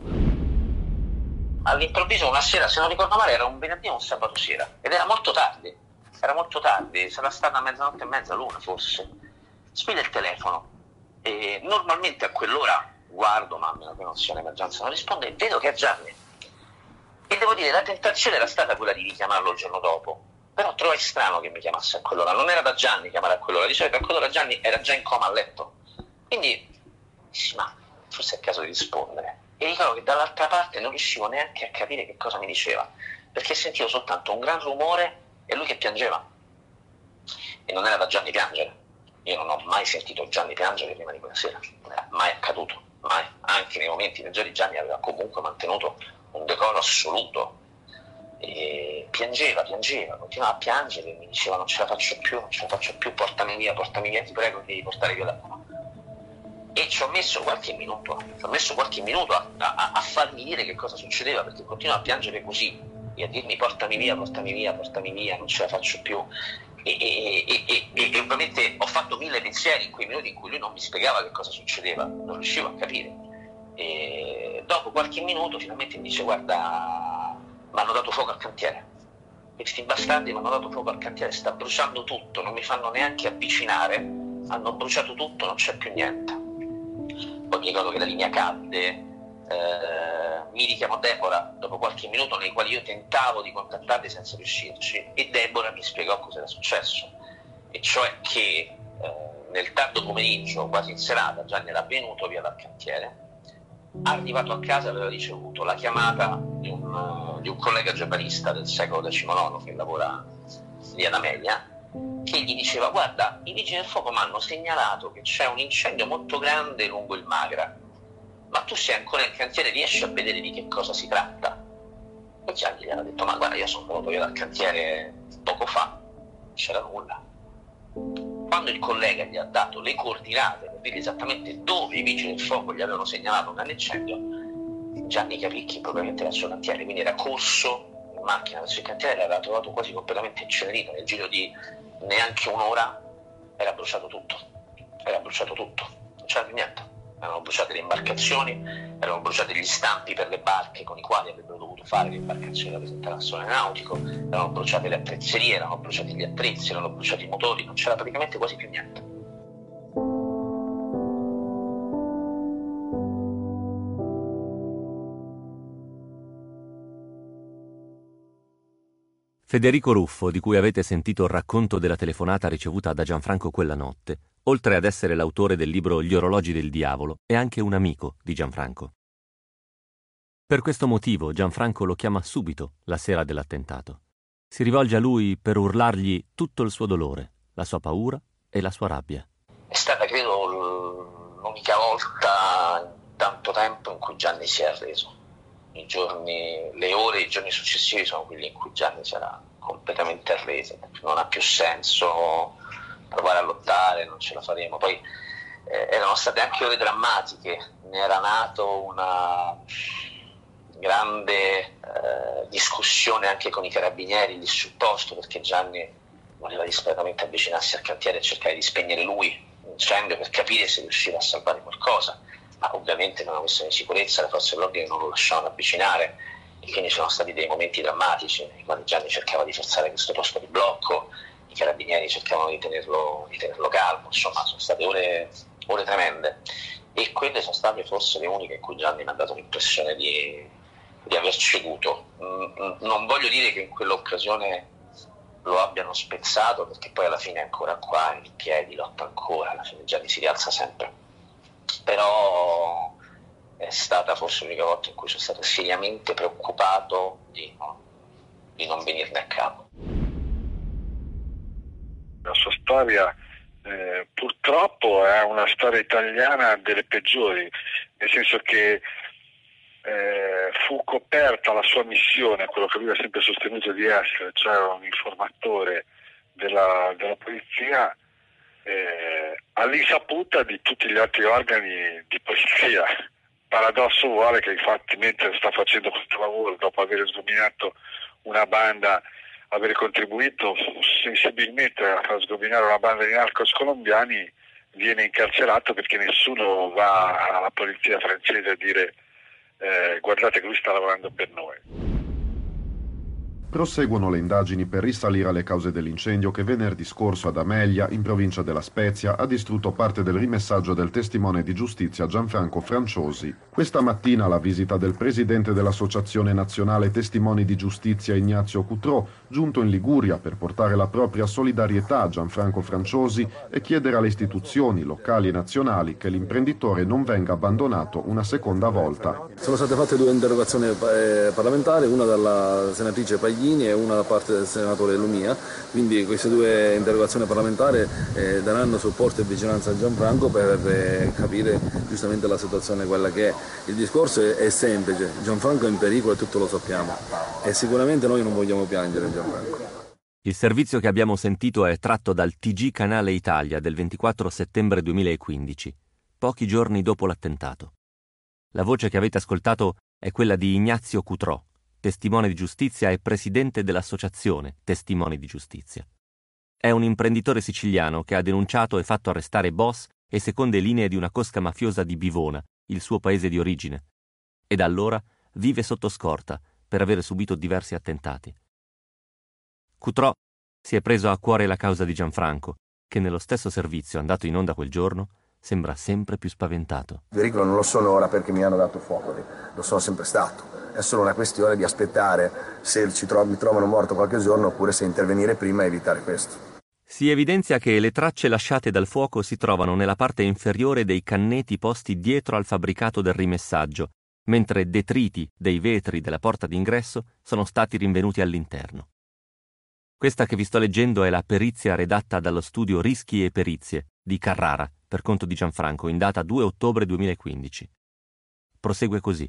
All'improvviso una sera, se non ricordo male, era un venerdì o un sabato sera, ed era molto tardi, era molto tardi, sarà stata mezzanotte e mezza, l'una forse. Squilla il telefono e normalmente a quell'ora guardo, ma a meno che non sia un'emergenza non risponde, e vedo che è Gianni. E devo dire, la tentazione era stata quella di richiamarlo il giorno dopo, però trovai strano che mi chiamasse a quell'ora. Non era da Gianni chiamare a quell'ora, di solito a quell'ora Gianni era già in coma a letto. Quindi dissi, ma forse è il caso di rispondere. E ricordo che dall'altra parte non riuscivo neanche a capire che cosa mi diceva, perché sentivo soltanto un gran rumore e lui che piangeva. E non era da Gianni piangere. Io non ho mai sentito Gianni piangere prima di quella sera, non era mai accaduto, mai. Anche nei momenti peggiori Gianni aveva comunque mantenuto un decoro assoluto. E piangeva, piangeva, continuava a piangere e mi diceva non ce la faccio più, non ce la faccio più, portami via, portami via, ti prego, devi portare via da qua. E ci ho messo qualche minuto, ci ho messo qualche minuto a, a, a fargli dire che cosa succedeva, perché continuava a piangere così e a dirmi portami via, portami via, portami via, non ce la faccio più. E, e, e, e, e, e ovviamente ho fatto mille pensieri in quei minuti in cui lui non mi spiegava che cosa succedeva, non riuscivo a capire. E dopo qualche minuto finalmente mi dice guarda, mi hanno dato fuoco al cantiere, questi bastardi mi hanno dato fuoco al cantiere, sta bruciando tutto, non mi fanno neanche avvicinare, hanno bruciato tutto, non c'è più niente. Poi mi ricordo che la linea cadde, eh, mi richiamò Deborah dopo qualche minuto nei quali io tentavo di contattarli senza riuscirci, e Deborah mi spiegò cosa era successo, e cioè che eh, nel tardo pomeriggio, quasi in serata, Gianni era venuto via dal cantiere, arrivato a casa aveva ricevuto la chiamata di un, uh, di un collega giornalista del secolo diciannove che lavora lì ad Amelia, che gli diceva guarda, i vigili del fuoco mi hanno segnalato che c'è un incendio molto grande lungo il Magra, ma tu sei ancora in cantiere, riesci a vedere di che cosa si tratta? E Gianni gli aveva detto ma guarda, io sono venuto via dal cantiere poco fa, non c'era nulla. Quando il collega gli ha dato le coordinate per dire esattamente dove i vigili del fuoco gli avevano segnalato un grande incendio, Gianni capì che probabilmente era il suo cantiere, quindi era corso in macchina verso il cantiere, l'aveva trovato quasi completamente incenerito. Nel giro di neanche un'ora era bruciato tutto, era bruciato tutto, non c'era più niente. Erano bruciate le imbarcazioni, erano bruciati gli stampi per le barche con i quali avrebbero dovuto fare le imbarcazioni da presentare al Salone Nautico, erano bruciate le attrezzerie, erano bruciati gli attrezzi, erano bruciati i motori, non c'era praticamente quasi più niente. Federico Ruffo, di cui avete sentito il racconto della telefonata ricevuta da Gianfranco quella notte, oltre ad essere l'autore del libro Gli orologi del diavolo, è anche un amico di Gianfranco. Per questo motivo Gianfranco lo chiama subito la sera dell'attentato. Si rivolge a lui per urlargli tutto il suo dolore, la sua paura e la sua rabbia. È stata, credo, l'unica volta in tanto tempo in cui Gianni si è arreso. i giorni, le ore, i giorni successivi sono quelli in cui Gianni sarà completamente arreso, non ha più senso provare a lottare, non ce la faremo. Poi eh, erano state anche ore drammatiche, ne era nato una grande eh, discussione anche con i carabinieri lì sul posto, perché Gianni voleva disperatamente avvicinarsi al cantiere e cercare di spegnere lui l'incendio per capire se riusciva a salvare qualcosa, ma ovviamente per una questione di sicurezza le forze dell'ordine non lo lasciavano avvicinare, e quindi ci sono stati dei momenti drammatici nei quali Gianni cercava di forzare questo posto di blocco, i carabinieri cercavano di tenerlo, di tenerlo calmo, insomma sono state ore, ore tremende, e quelle sono state forse le uniche in cui Gianni mi ha dato l'impressione di, di aver ceduto. Non voglio dire che in quell'occasione lo abbiano spezzato, perché poi alla fine è ancora qua in piedi, lotta ancora, alla fine Gianni si rialza sempre, però è stata forse l'unica volta in cui sono stato seriamente preoccupato di, no, di non venirne a capo. La sua storia eh, purtroppo è una storia italiana delle peggiori, nel senso che eh, fu coperta la sua missione, quello che lui ha sempre sostenuto di essere, cioè un informatore della, della polizia, eh, all'insaputa di tutti gli altri organi di polizia. Paradosso vuole che infatti mentre sta facendo questo lavoro, dopo aver sgominato una banda, aver contribuito sensibilmente a far sgominare una banda di narcos colombiani, viene incarcerato perché nessuno va alla polizia francese a dire eh, guardate che lui sta lavorando per noi. Proseguono le indagini per risalire alle cause dell'incendio che venerdì scorso ad Amelia, in provincia della Spezia, ha distrutto parte del rimessaggio del testimone di giustizia Gianfranco Franciosi. Questa mattina la visita del presidente dell'Associazione Nazionale Testimoni di Giustizia Ignazio Cutrò, giunto in Liguria per portare la propria solidarietà a Gianfranco Franciosi e chiedere alle istituzioni locali e nazionali che l'imprenditore non venga abbandonato una seconda volta. Sono state fatte due interrogazioni eh, parlamentari, una dalla senatrice Paglini e una da parte del senatore Lumia, quindi queste due interrogazioni parlamentari eh, daranno supporto e vigilanza a Gianfranco per eh, capire giustamente la situazione quella che è. Il discorso è, è semplice, Gianfranco è in pericolo e tutto lo sappiamo e sicuramente noi non vogliamo piangere Gianfranco. Il servizio che abbiamo sentito è tratto dal T G Canale Italia del ventiquattro settembre duemilaquindici, pochi giorni dopo l'attentato. La voce che avete ascoltato è quella di Ignazio Cutrò, testimone di giustizia e presidente dell'associazione Testimoni di Giustizia. È un imprenditore siciliano che ha denunciato e fatto arrestare boss e seconde linee di una cosca mafiosa di Bivona, il suo paese di origine, e da allora vive sotto scorta per aver subito diversi attentati. Cutrò si è preso a cuore la causa di Gianfranco, che nello stesso servizio andato in onda quel giorno sembra sempre più spaventato. Pericolo non lo sono ora perché mi hanno dato fuoco, lo sono sempre stato. È solo una questione di aspettare se ci tro- mi trovano morto qualche giorno oppure se intervenire prima e evitare questo. Si evidenzia che le tracce lasciate dal fuoco si trovano nella parte inferiore dei canneti posti dietro al fabbricato del rimessaggio, mentre detriti dei vetri della porta d'ingresso sono stati rinvenuti all'interno. Questa che vi sto leggendo è la perizia redatta dallo studio Rischi e Perizie di Carrara, per conto di Gianfranco, in data due ottobre duemilaquindici. Prosegue così.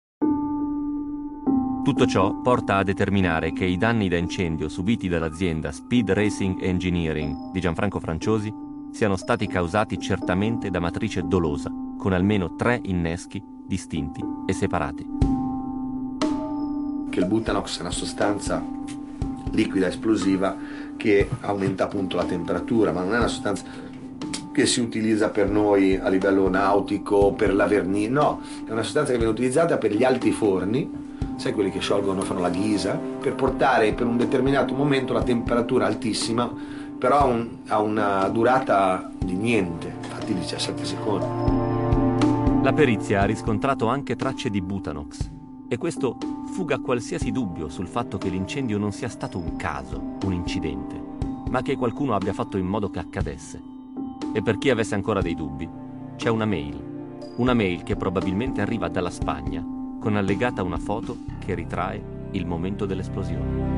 Tutto ciò porta a determinare che i danni da incendio subiti dall'azienda Speed Racing Engineering di Gianfranco Franciosi siano stati causati certamente da matrice dolosa, con almeno tre inneschi distinti e separati. Che il butanox è una sostanza liquida esplosiva che aumenta appunto la temperatura, ma non è una sostanza che si utilizza per noi a livello nautico, per la vernice, no, è una sostanza che viene utilizzata per gli alti forni, sai quelli che sciolgono, fanno la ghisa, per portare per un determinato momento la temperatura altissima, però ha, un, ha una durata di niente, infatti diciassette secondi. La perizia ha riscontrato anche tracce di butanox e questo fuga qualsiasi dubbio sul fatto che l'incendio non sia stato un caso, un incidente, ma che qualcuno abbia fatto in modo che accadesse. E per chi avesse ancora dei dubbi, c'è una mail, una mail che probabilmente arriva dalla Spagna, con allegata una foto che ritrae il momento dell'esplosione.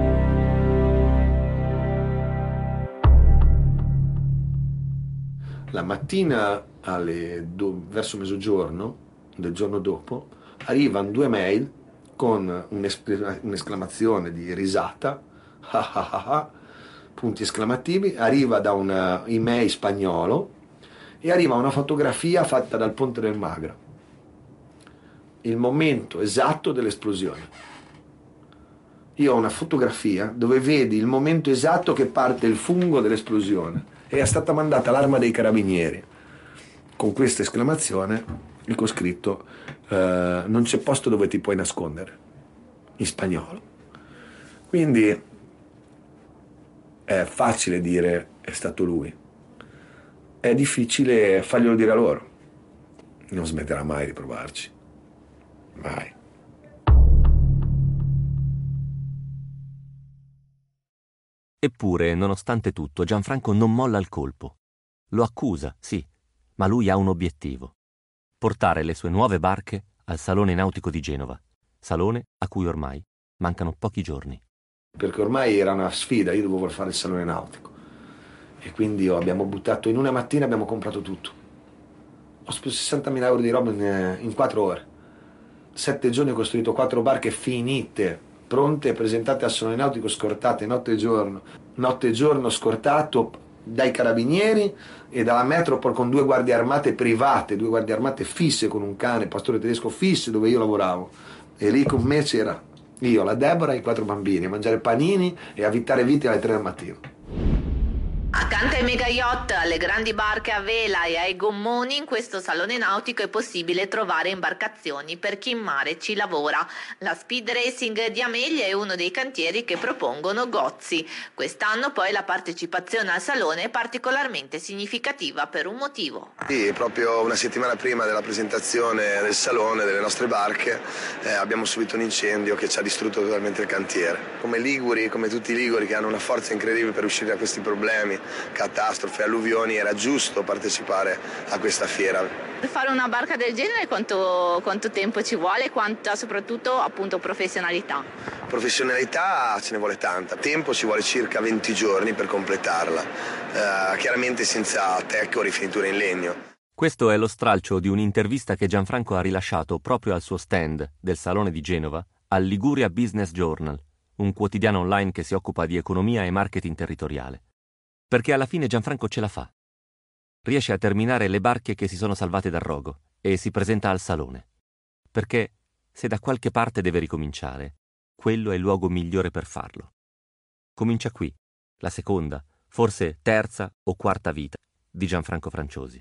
La mattina alle do- verso mezzogiorno del giorno dopo arrivano due mail con un'esclamazione di risata, ah ah ah ah, punti esclamativi, arriva da un email spagnolo e arriva una fotografia fatta dal Ponte del Magra, il momento esatto dell'esplosione. Io ho una fotografia dove vedi il momento esatto che parte il fungo dell'esplosione e è stata mandata all'Arma dei Carabinieri con questa esclamazione, il con scritto eh, non c'è posto dove ti puoi nascondere, in spagnolo. Quindi è facile dire è stato lui, è difficile farglielo dire a loro. Non smetterà mai di provarci, mai. Eppure, nonostante tutto, Gianfranco non molla il colpo. Lo accusa, sì, ma lui ha un obiettivo: portare le sue nuove barche al Salone Nautico di Genova, salone a cui ormai mancano pochi giorni. Perché ormai era una sfida, io dovevo fare il Salone Nautico e quindi abbiamo buttato, in una mattina abbiamo comprato tutto. Ho speso sessantamila euro di roba in, in quattro ore. Sette giorni ho costruito quattro barche finite, pronte, presentate al Salone Nautico, scortate notte e giorno. Notte e giorno scortato dai carabinieri e dalla Metropol con due guardie armate private, due guardie armate fisse con un cane, pastore tedesco fisse dove io lavoravo. E lì con me c'era io, la Deborah e i quattro bambini, a mangiare panini e a vittare viti alle tre del mattino. Accanto ai mega yacht, alle grandi barche a vela e ai gommoni, in questo salone nautico è possibile trovare imbarcazioni per chi in mare ci lavora. La Speed Racing di Amelia è uno dei cantieri che propongono Gozzi. Quest'anno poi la partecipazione al salone è particolarmente significativa per un motivo. Sì, proprio una settimana prima della presentazione del salone delle nostre barche eh, abbiamo subito un incendio che ci ha distrutto totalmente il cantiere. Come liguri, come tutti i liguri che hanno una forza incredibile per uscire da questi problemi, catastrofe, alluvioni, era giusto partecipare a questa fiera. Per fare una barca del genere quanto, quanto tempo ci vuole, quanta soprattutto appunto professionalità? Professionalità ce ne vuole tanta, tempo ci vuole circa venti giorni per completarla, eh, chiaramente senza tecco o rifiniture in legno. Questo è lo stralcio di un'intervista che Gianfranco ha rilasciato proprio al suo stand del Salone di Genova al Liguria Business Journal, un quotidiano online che si occupa di economia e marketing territoriale. Perché alla fine Gianfranco ce la fa. Riesce a terminare le barche che si sono salvate dal rogo e si presenta al salone. Perché se da qualche parte deve ricominciare, quello è il luogo migliore per farlo. Comincia qui, la seconda, forse terza o quarta vita di Gianfranco Franciosi.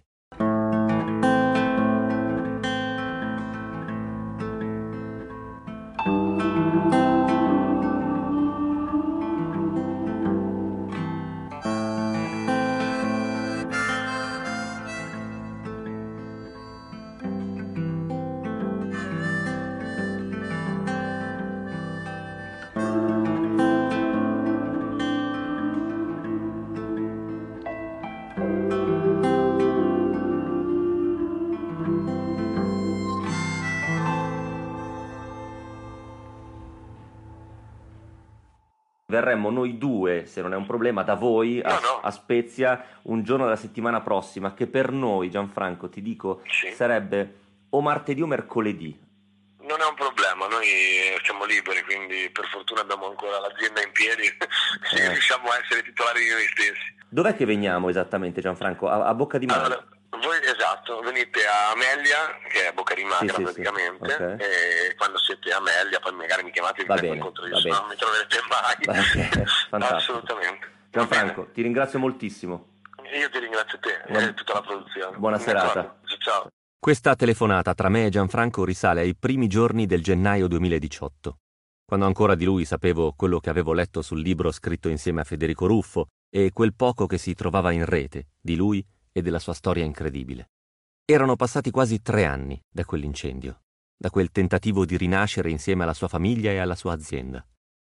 Verremmo noi due, se non è un problema, da voi a, no, no. a Spezia un giorno della settimana prossima, che per noi, Gianfranco, ti dico, sì. sarebbe o martedì o mercoledì. Non è un problema, noi siamo liberi, quindi per fortuna abbiamo ancora l'azienda in piedi, eh. riusciamo a essere titolari di noi stessi. Dov'è che veniamo esattamente, Gianfranco? A, a Bocca di Magra? Allora, voi, esatto, venite a Amelia, che è Bocca di Magra sì, praticamente, sì, sì. Okay. E quando siete a Amelia poi magari mi chiamate e vi incontro io, se no non mi troverete mai. Okay. Assolutamente. Gianfranco, ti ringrazio moltissimo. Io ti ringrazio te Buon... e tutta la produzione. Buona serata. Ciao. Questa telefonata tra me e Gianfranco risale ai primi giorni del gennaio duemiladiciotto, quando ancora di lui sapevo quello che avevo letto sul libro scritto insieme a Federico Ruffo e quel poco che si trovava in rete di lui e della sua storia incredibile. Erano passati quasi tre anni da quell'incendio, da quel tentativo di rinascere insieme alla sua famiglia e alla sua azienda.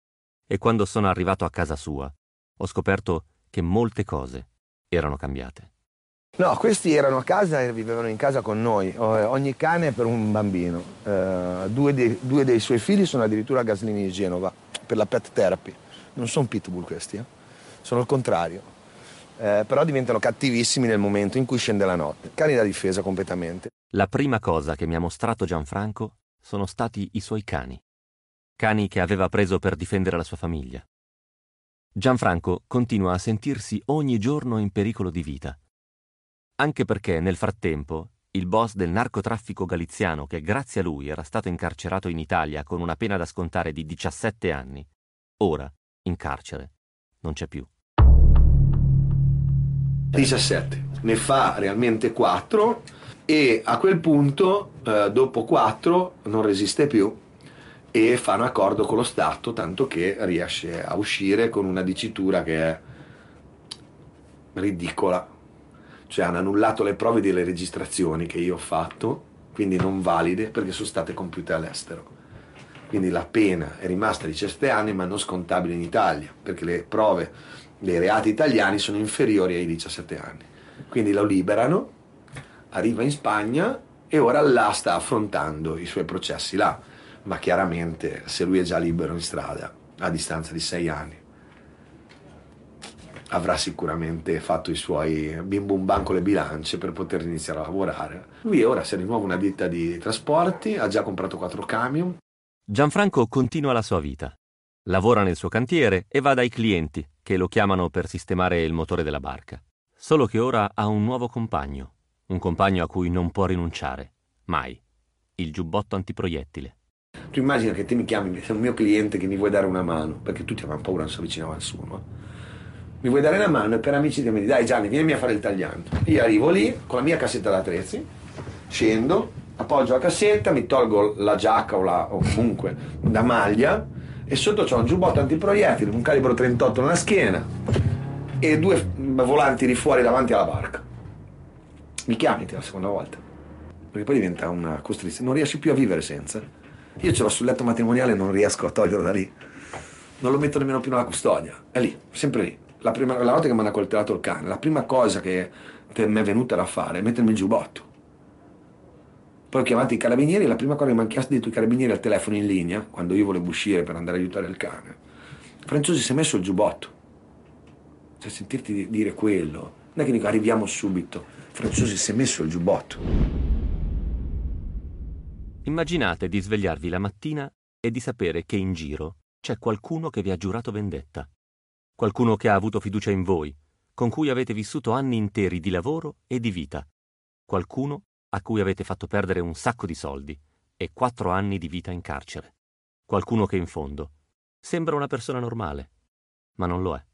E quando sono arrivato a casa sua, ho scoperto che molte cose erano cambiate. No, questi erano a casa e vivevano in casa con noi, ogni cane per un bambino. Uh, due, dei, due dei suoi figli sono addirittura a Gaslini di Genova per la pet therapy. Non sono pitbull questi, eh? Sono il contrario. Eh, però diventano cattivissimi nel momento in cui scende la notte. Cani da difesa completamente. La prima cosa che mi ha mostrato Gianfranco sono stati i suoi cani. cani che aveva preso per difendere la sua famiglia. Gianfranco continua a sentirsi ogni giorno in pericolo di vita, anche perché nel frattempo il boss del narcotraffico galiziano, che grazie a lui era stato incarcerato in Italia con una pena da scontare di diciassette anni, ora, in carcere, non c'è più. diciassette, ne fa realmente quattro e a quel punto, eh, dopo quattro, non resiste più e fa un accordo con lo Stato, tanto che riesce a uscire con una dicitura che è ridicola. Cioè hanno annullato le prove delle registrazioni che io ho fatto, quindi non valide perché sono state compiute all'estero. Quindi la pena è rimasta diciassette anni ma non scontabile in Italia, perché le prove dei reati italiani sono inferiori ai diciassette anni. Quindi lo liberano, arriva in Spagna e ora là sta affrontando i suoi processi là. Ma chiaramente se lui è già libero in strada, a distanza di sei anni, avrà sicuramente fatto i suoi bim bum bam con le bilance per poter iniziare a lavorare. Lui ora si è di nuovo una ditta di trasporti, ha già comprato quattro camion. Gianfranco continua la sua vita. Lavora nel suo cantiere e va dai clienti, che lo chiamano per sistemare il motore della barca. Solo che ora ha un nuovo compagno, un compagno a cui non può rinunciare, mai, il giubbotto antiproiettile. Tu immagina che te mi chiami, sei un mio cliente che mi vuoi dare una mano, perché tutti avevano paura, non si avvicinava nessuno. Mi vuoi dare una mano e per amici ti mi dai Gianni, vieni a fare il tagliando. Io arrivo lì con la mia cassetta d'attrezzi, scendo, appoggio la cassetta, mi tolgo la giacca o, la, o comunque la maglia e sotto c'ho un giubbotto antiproiettile, un calibro trentotto nella schiena e due volanti di fuori davanti alla barca. Mi chiami la seconda volta, perché poi diventa una costrizione, non riesci più a vivere senza. Io ce l'ho sul letto matrimoniale e non riesco a toglierlo da lì, non lo metto nemmeno più nella custodia, è lì, sempre lì. La, prima, la volta che mi hanno accoltellato il cane, la prima cosa che mi è venuta da fare è mettermi il giubbotto. Poi ho chiamato i carabinieri e la prima cosa che mi hanno chiesto i carabinieri al telefono in linea, quando io volevo uscire per andare a aiutare il cane, Franciosi si è messo il giubbotto. Cioè sentirti dire quello, non è che dico arriviamo subito, Franciosi si è messo il giubbotto. Immaginate di svegliarvi la mattina e di sapere che in giro c'è qualcuno che vi ha giurato vendetta. Qualcuno che ha avuto fiducia in voi, con cui avete vissuto anni interi di lavoro e di vita. Qualcuno a cui avete fatto perdere un sacco di soldi e quattro anni di vita in carcere. Qualcuno che in fondo sembra una persona normale, ma non lo è.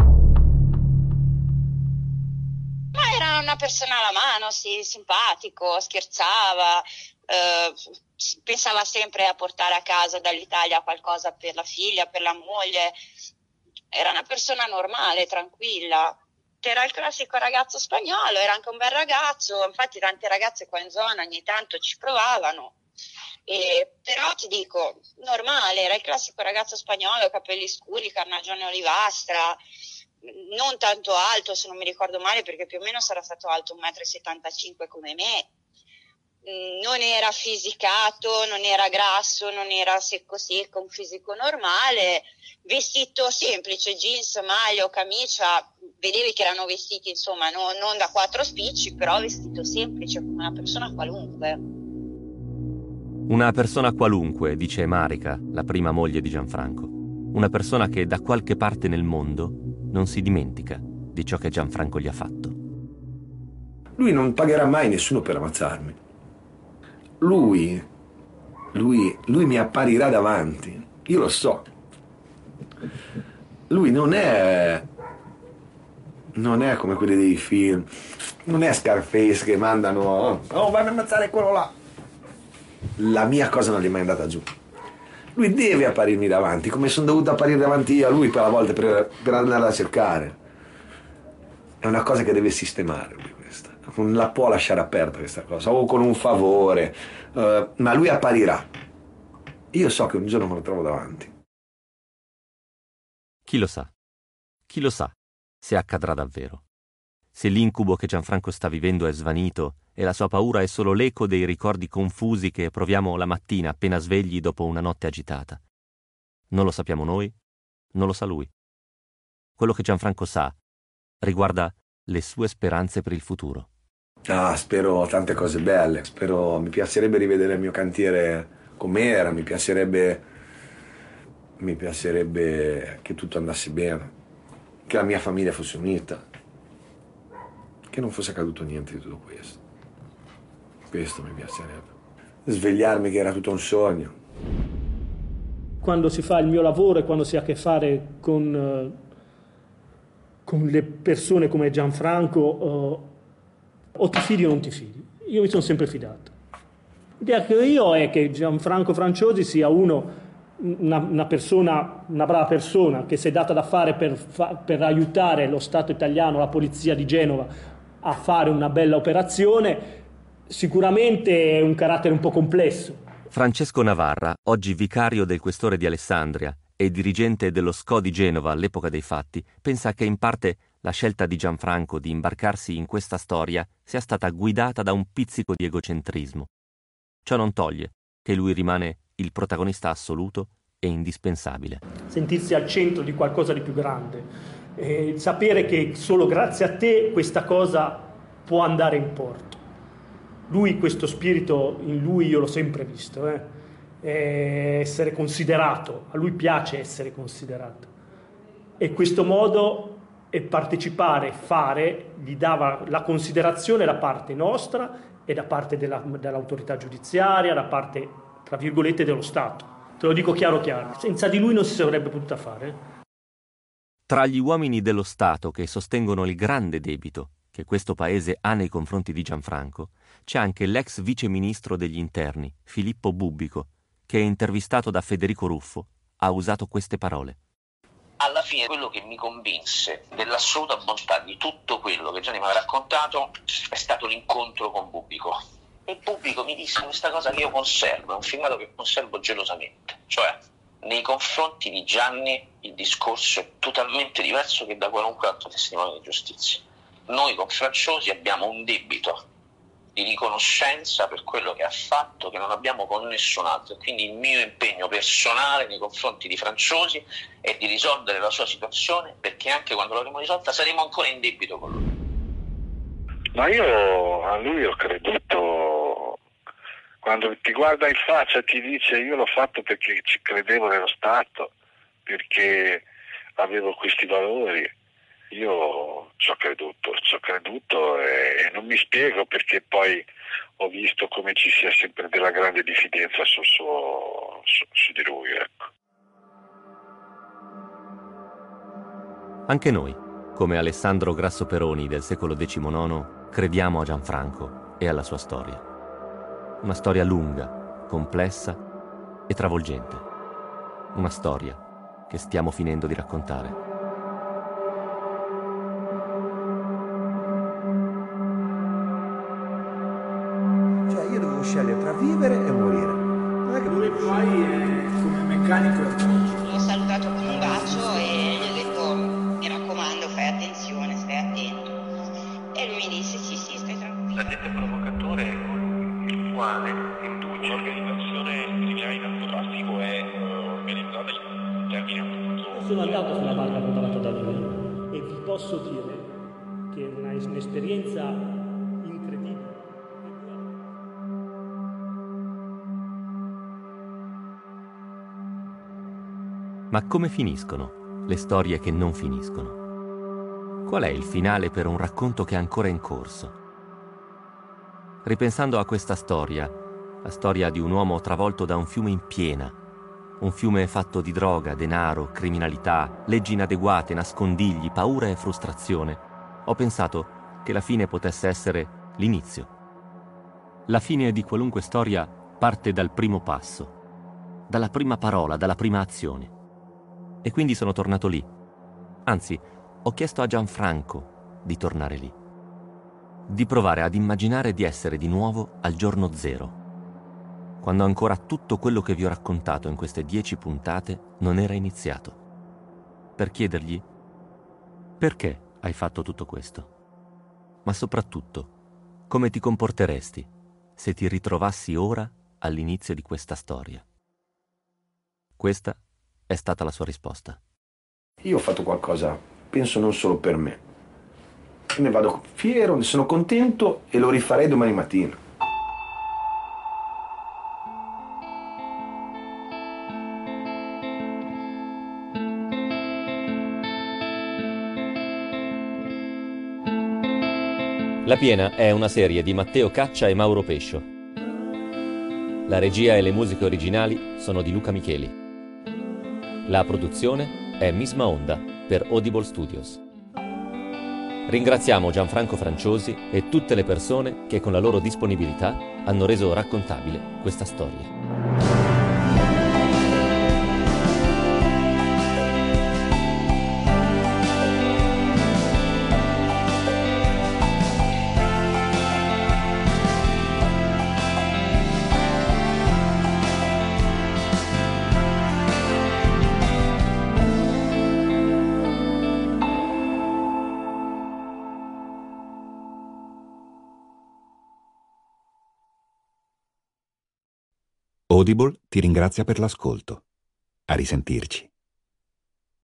Ma era una persona alla mano, sì, simpatico, scherzava, eh, pensava sempre a portare a casa dall'Italia qualcosa per la figlia, per la moglie. Era una persona normale, tranquilla. Era il classico ragazzo spagnolo, era anche un bel ragazzo, infatti tante ragazze qua in zona ogni tanto ci provavano. E, però ti dico, normale, era il classico ragazzo spagnolo, capelli scuri, carnagione olivastra, non tanto alto se non mi ricordo male, perché più o meno sarà stato alto un metro e settantacinque come me. Non era fisicato, non era grasso, non era secco secco, un fisico normale, vestito semplice, jeans, maglia o camicia, vedevi che erano vestiti insomma no, non da quattro spicci, però vestito semplice come una persona qualunque. Una persona qualunque, dice Marica, la prima moglie di Gianfranco. Una persona che da qualche parte nel mondo non si dimentica di ciò che Gianfranco gli ha fatto. Lui non pagherà mai nessuno per ammazzarmi. Lui, lui, lui mi apparirà davanti, io lo so. Lui non è, non è come quelli dei film, non è Scarface che mandano, oh vai a ammazzare quello là. La mia cosa non gli è mai andata giù. Lui deve apparirmi davanti, come sono dovuto apparire davanti io a lui quella volta per, per andare a cercare. È una cosa che deve sistemare lui questa. Non la può lasciare aperta questa cosa, o con un favore, uh, ma lui apparirà. Io so che un giorno me lo trovo davanti. Chi lo sa? Chi lo sa se accadrà davvero? Se l'incubo che Gianfranco sta vivendo è svanito e la sua paura è solo l'eco dei ricordi confusi che proviamo la mattina appena svegli dopo una notte agitata. Non lo sappiamo noi, non lo sa lui. Quello che Gianfranco sa riguarda le sue speranze per il futuro. Ah, spero tante cose belle, spero, mi piacerebbe rivedere il mio cantiere com'era, mi piacerebbe mi piacerebbe che tutto andasse bene, che la mia famiglia fosse unita, che non fosse accaduto niente di tutto questo. Questo mi piacerebbe. Svegliarmi che era tutto un sogno. Quando si fa il mio lavoro e quando si ha a che fare con, con le persone come Gianfranco, uh, o ti fidi o non ti fidi. Io mi sono sempre fidato. L'idea che io ho è che Gianfranco Franciosi sia uno, una, una persona, una brava persona che si è data da fare per, fa, per aiutare lo Stato italiano, la polizia di Genova a fare una bella operazione. Sicuramente è un carattere un po' complesso. Francesco Navarra, oggi vicario del questore di Alessandria e dirigente dello S C O di Genova all'epoca dei fatti, pensa che in parte la scelta di Gianfranco di imbarcarsi in questa storia sia stata guidata da un pizzico di egocentrismo. Ciò non toglie che lui rimane il protagonista assoluto e indispensabile. Sentirsi al centro di qualcosa di più grande, eh, sapere che solo grazie a te questa cosa può andare in porto. Lui, questo spirito in lui io l'ho sempre visto, eh. essere considerato, a lui piace essere considerato. E questo modo e partecipare, fare, gli dava la considerazione da parte nostra e da parte della, dell'autorità giudiziaria, da parte, tra virgolette, dello Stato. Te lo dico chiaro chiaro, senza di lui non si sarebbe potuta fare. Tra gli uomini dello Stato che sostengono il grande debito che questo paese ha nei confronti di Gianfranco, c'è anche l'ex vice ministro degli interni, Filippo Bubbico, che, intervistato da Federico Ruffo, ha usato queste parole. Alla fine quello che mi convinse dell'assoluta bontà di tutto quello che Gianni mi aveva raccontato è stato l'incontro con Bubbico. E Bubbico mi disse questa cosa che io conservo, è un filmato che conservo gelosamente, cioè nei confronti di Gianni il discorso è totalmente diverso che da qualunque altro testimone di giustizia. Noi con Franciosi abbiamo un debito di riconoscenza per quello che ha fatto che non abbiamo con nessun altro, e quindi il mio impegno personale nei confronti di Franciosi è di risolvere la sua situazione, perché anche quando l'avremo risolta saremo ancora in debito con lui. Ma io a lui ho creduto, quando ti guarda in faccia e ti dice io l'ho fatto perché ci credevo nello Stato, perché avevo questi valori. Io ci ho creduto, ci ho creduto e, e non mi spiego perché poi ho visto come ci sia sempre della grande diffidenza sul suo, su, su di lui. Ecco. Anche noi, come Alessandro Grasso Peroni del secolo diciannove, crediamo a Gianfranco e alla sua storia. Una storia lunga, complessa e travolgente. Una storia che stiamo finendo di raccontare. Scegliere tra vivere e morire. Non è che lui poi è come meccanico. L'ho salutato con un bacio e gli ho detto mi raccomando fai attenzione, stai attento. E lui mi disse sì sì stai tranquillo. L'agente provocatore è colui il quale induce l'organizzazione criminale di narcotraffico è organizzata in termini appunto. Sono andato sulla barca preparata da lui e vi posso dire che è una, un'esperienza Ma come finiscono le storie che non finiscono? Qual è il finale per un racconto che è ancora in corso? Ripensando a questa storia, la storia di un uomo travolto da un fiume in piena, un fiume fatto di droga, denaro, criminalità, leggi inadeguate, nascondigli, paura e frustrazione, ho pensato che la fine potesse essere l'inizio. La fine di qualunque storia parte dal primo passo, dalla prima parola, dalla prima azione. E quindi sono tornato lì. Anzi, ho chiesto a Gianfranco di tornare lì. Di provare ad immaginare di essere di nuovo al giorno zero, quando ancora tutto quello che vi ho raccontato in queste dieci puntate non era iniziato. Per chiedergli perché hai fatto tutto questo? Ma soprattutto, come ti comporteresti se ti ritrovassi ora all'inizio di questa storia? Questa è stata la sua risposta. Io ho fatto qualcosa, penso non solo per me. Ne vado fiero, ne sono contento e lo rifarei domani mattina. La Piena è una serie di Matteo Caccia e Mauro Pescio. La regia e le musiche originali sono di Luca Micheli. La produzione è Misma Onda per Audible Studios. Ringraziamo Gianfranco Franciosi e tutte le persone che con la loro disponibilità hanno reso raccontabile questa storia. Audible ti ringrazia per l'ascolto. A risentirci.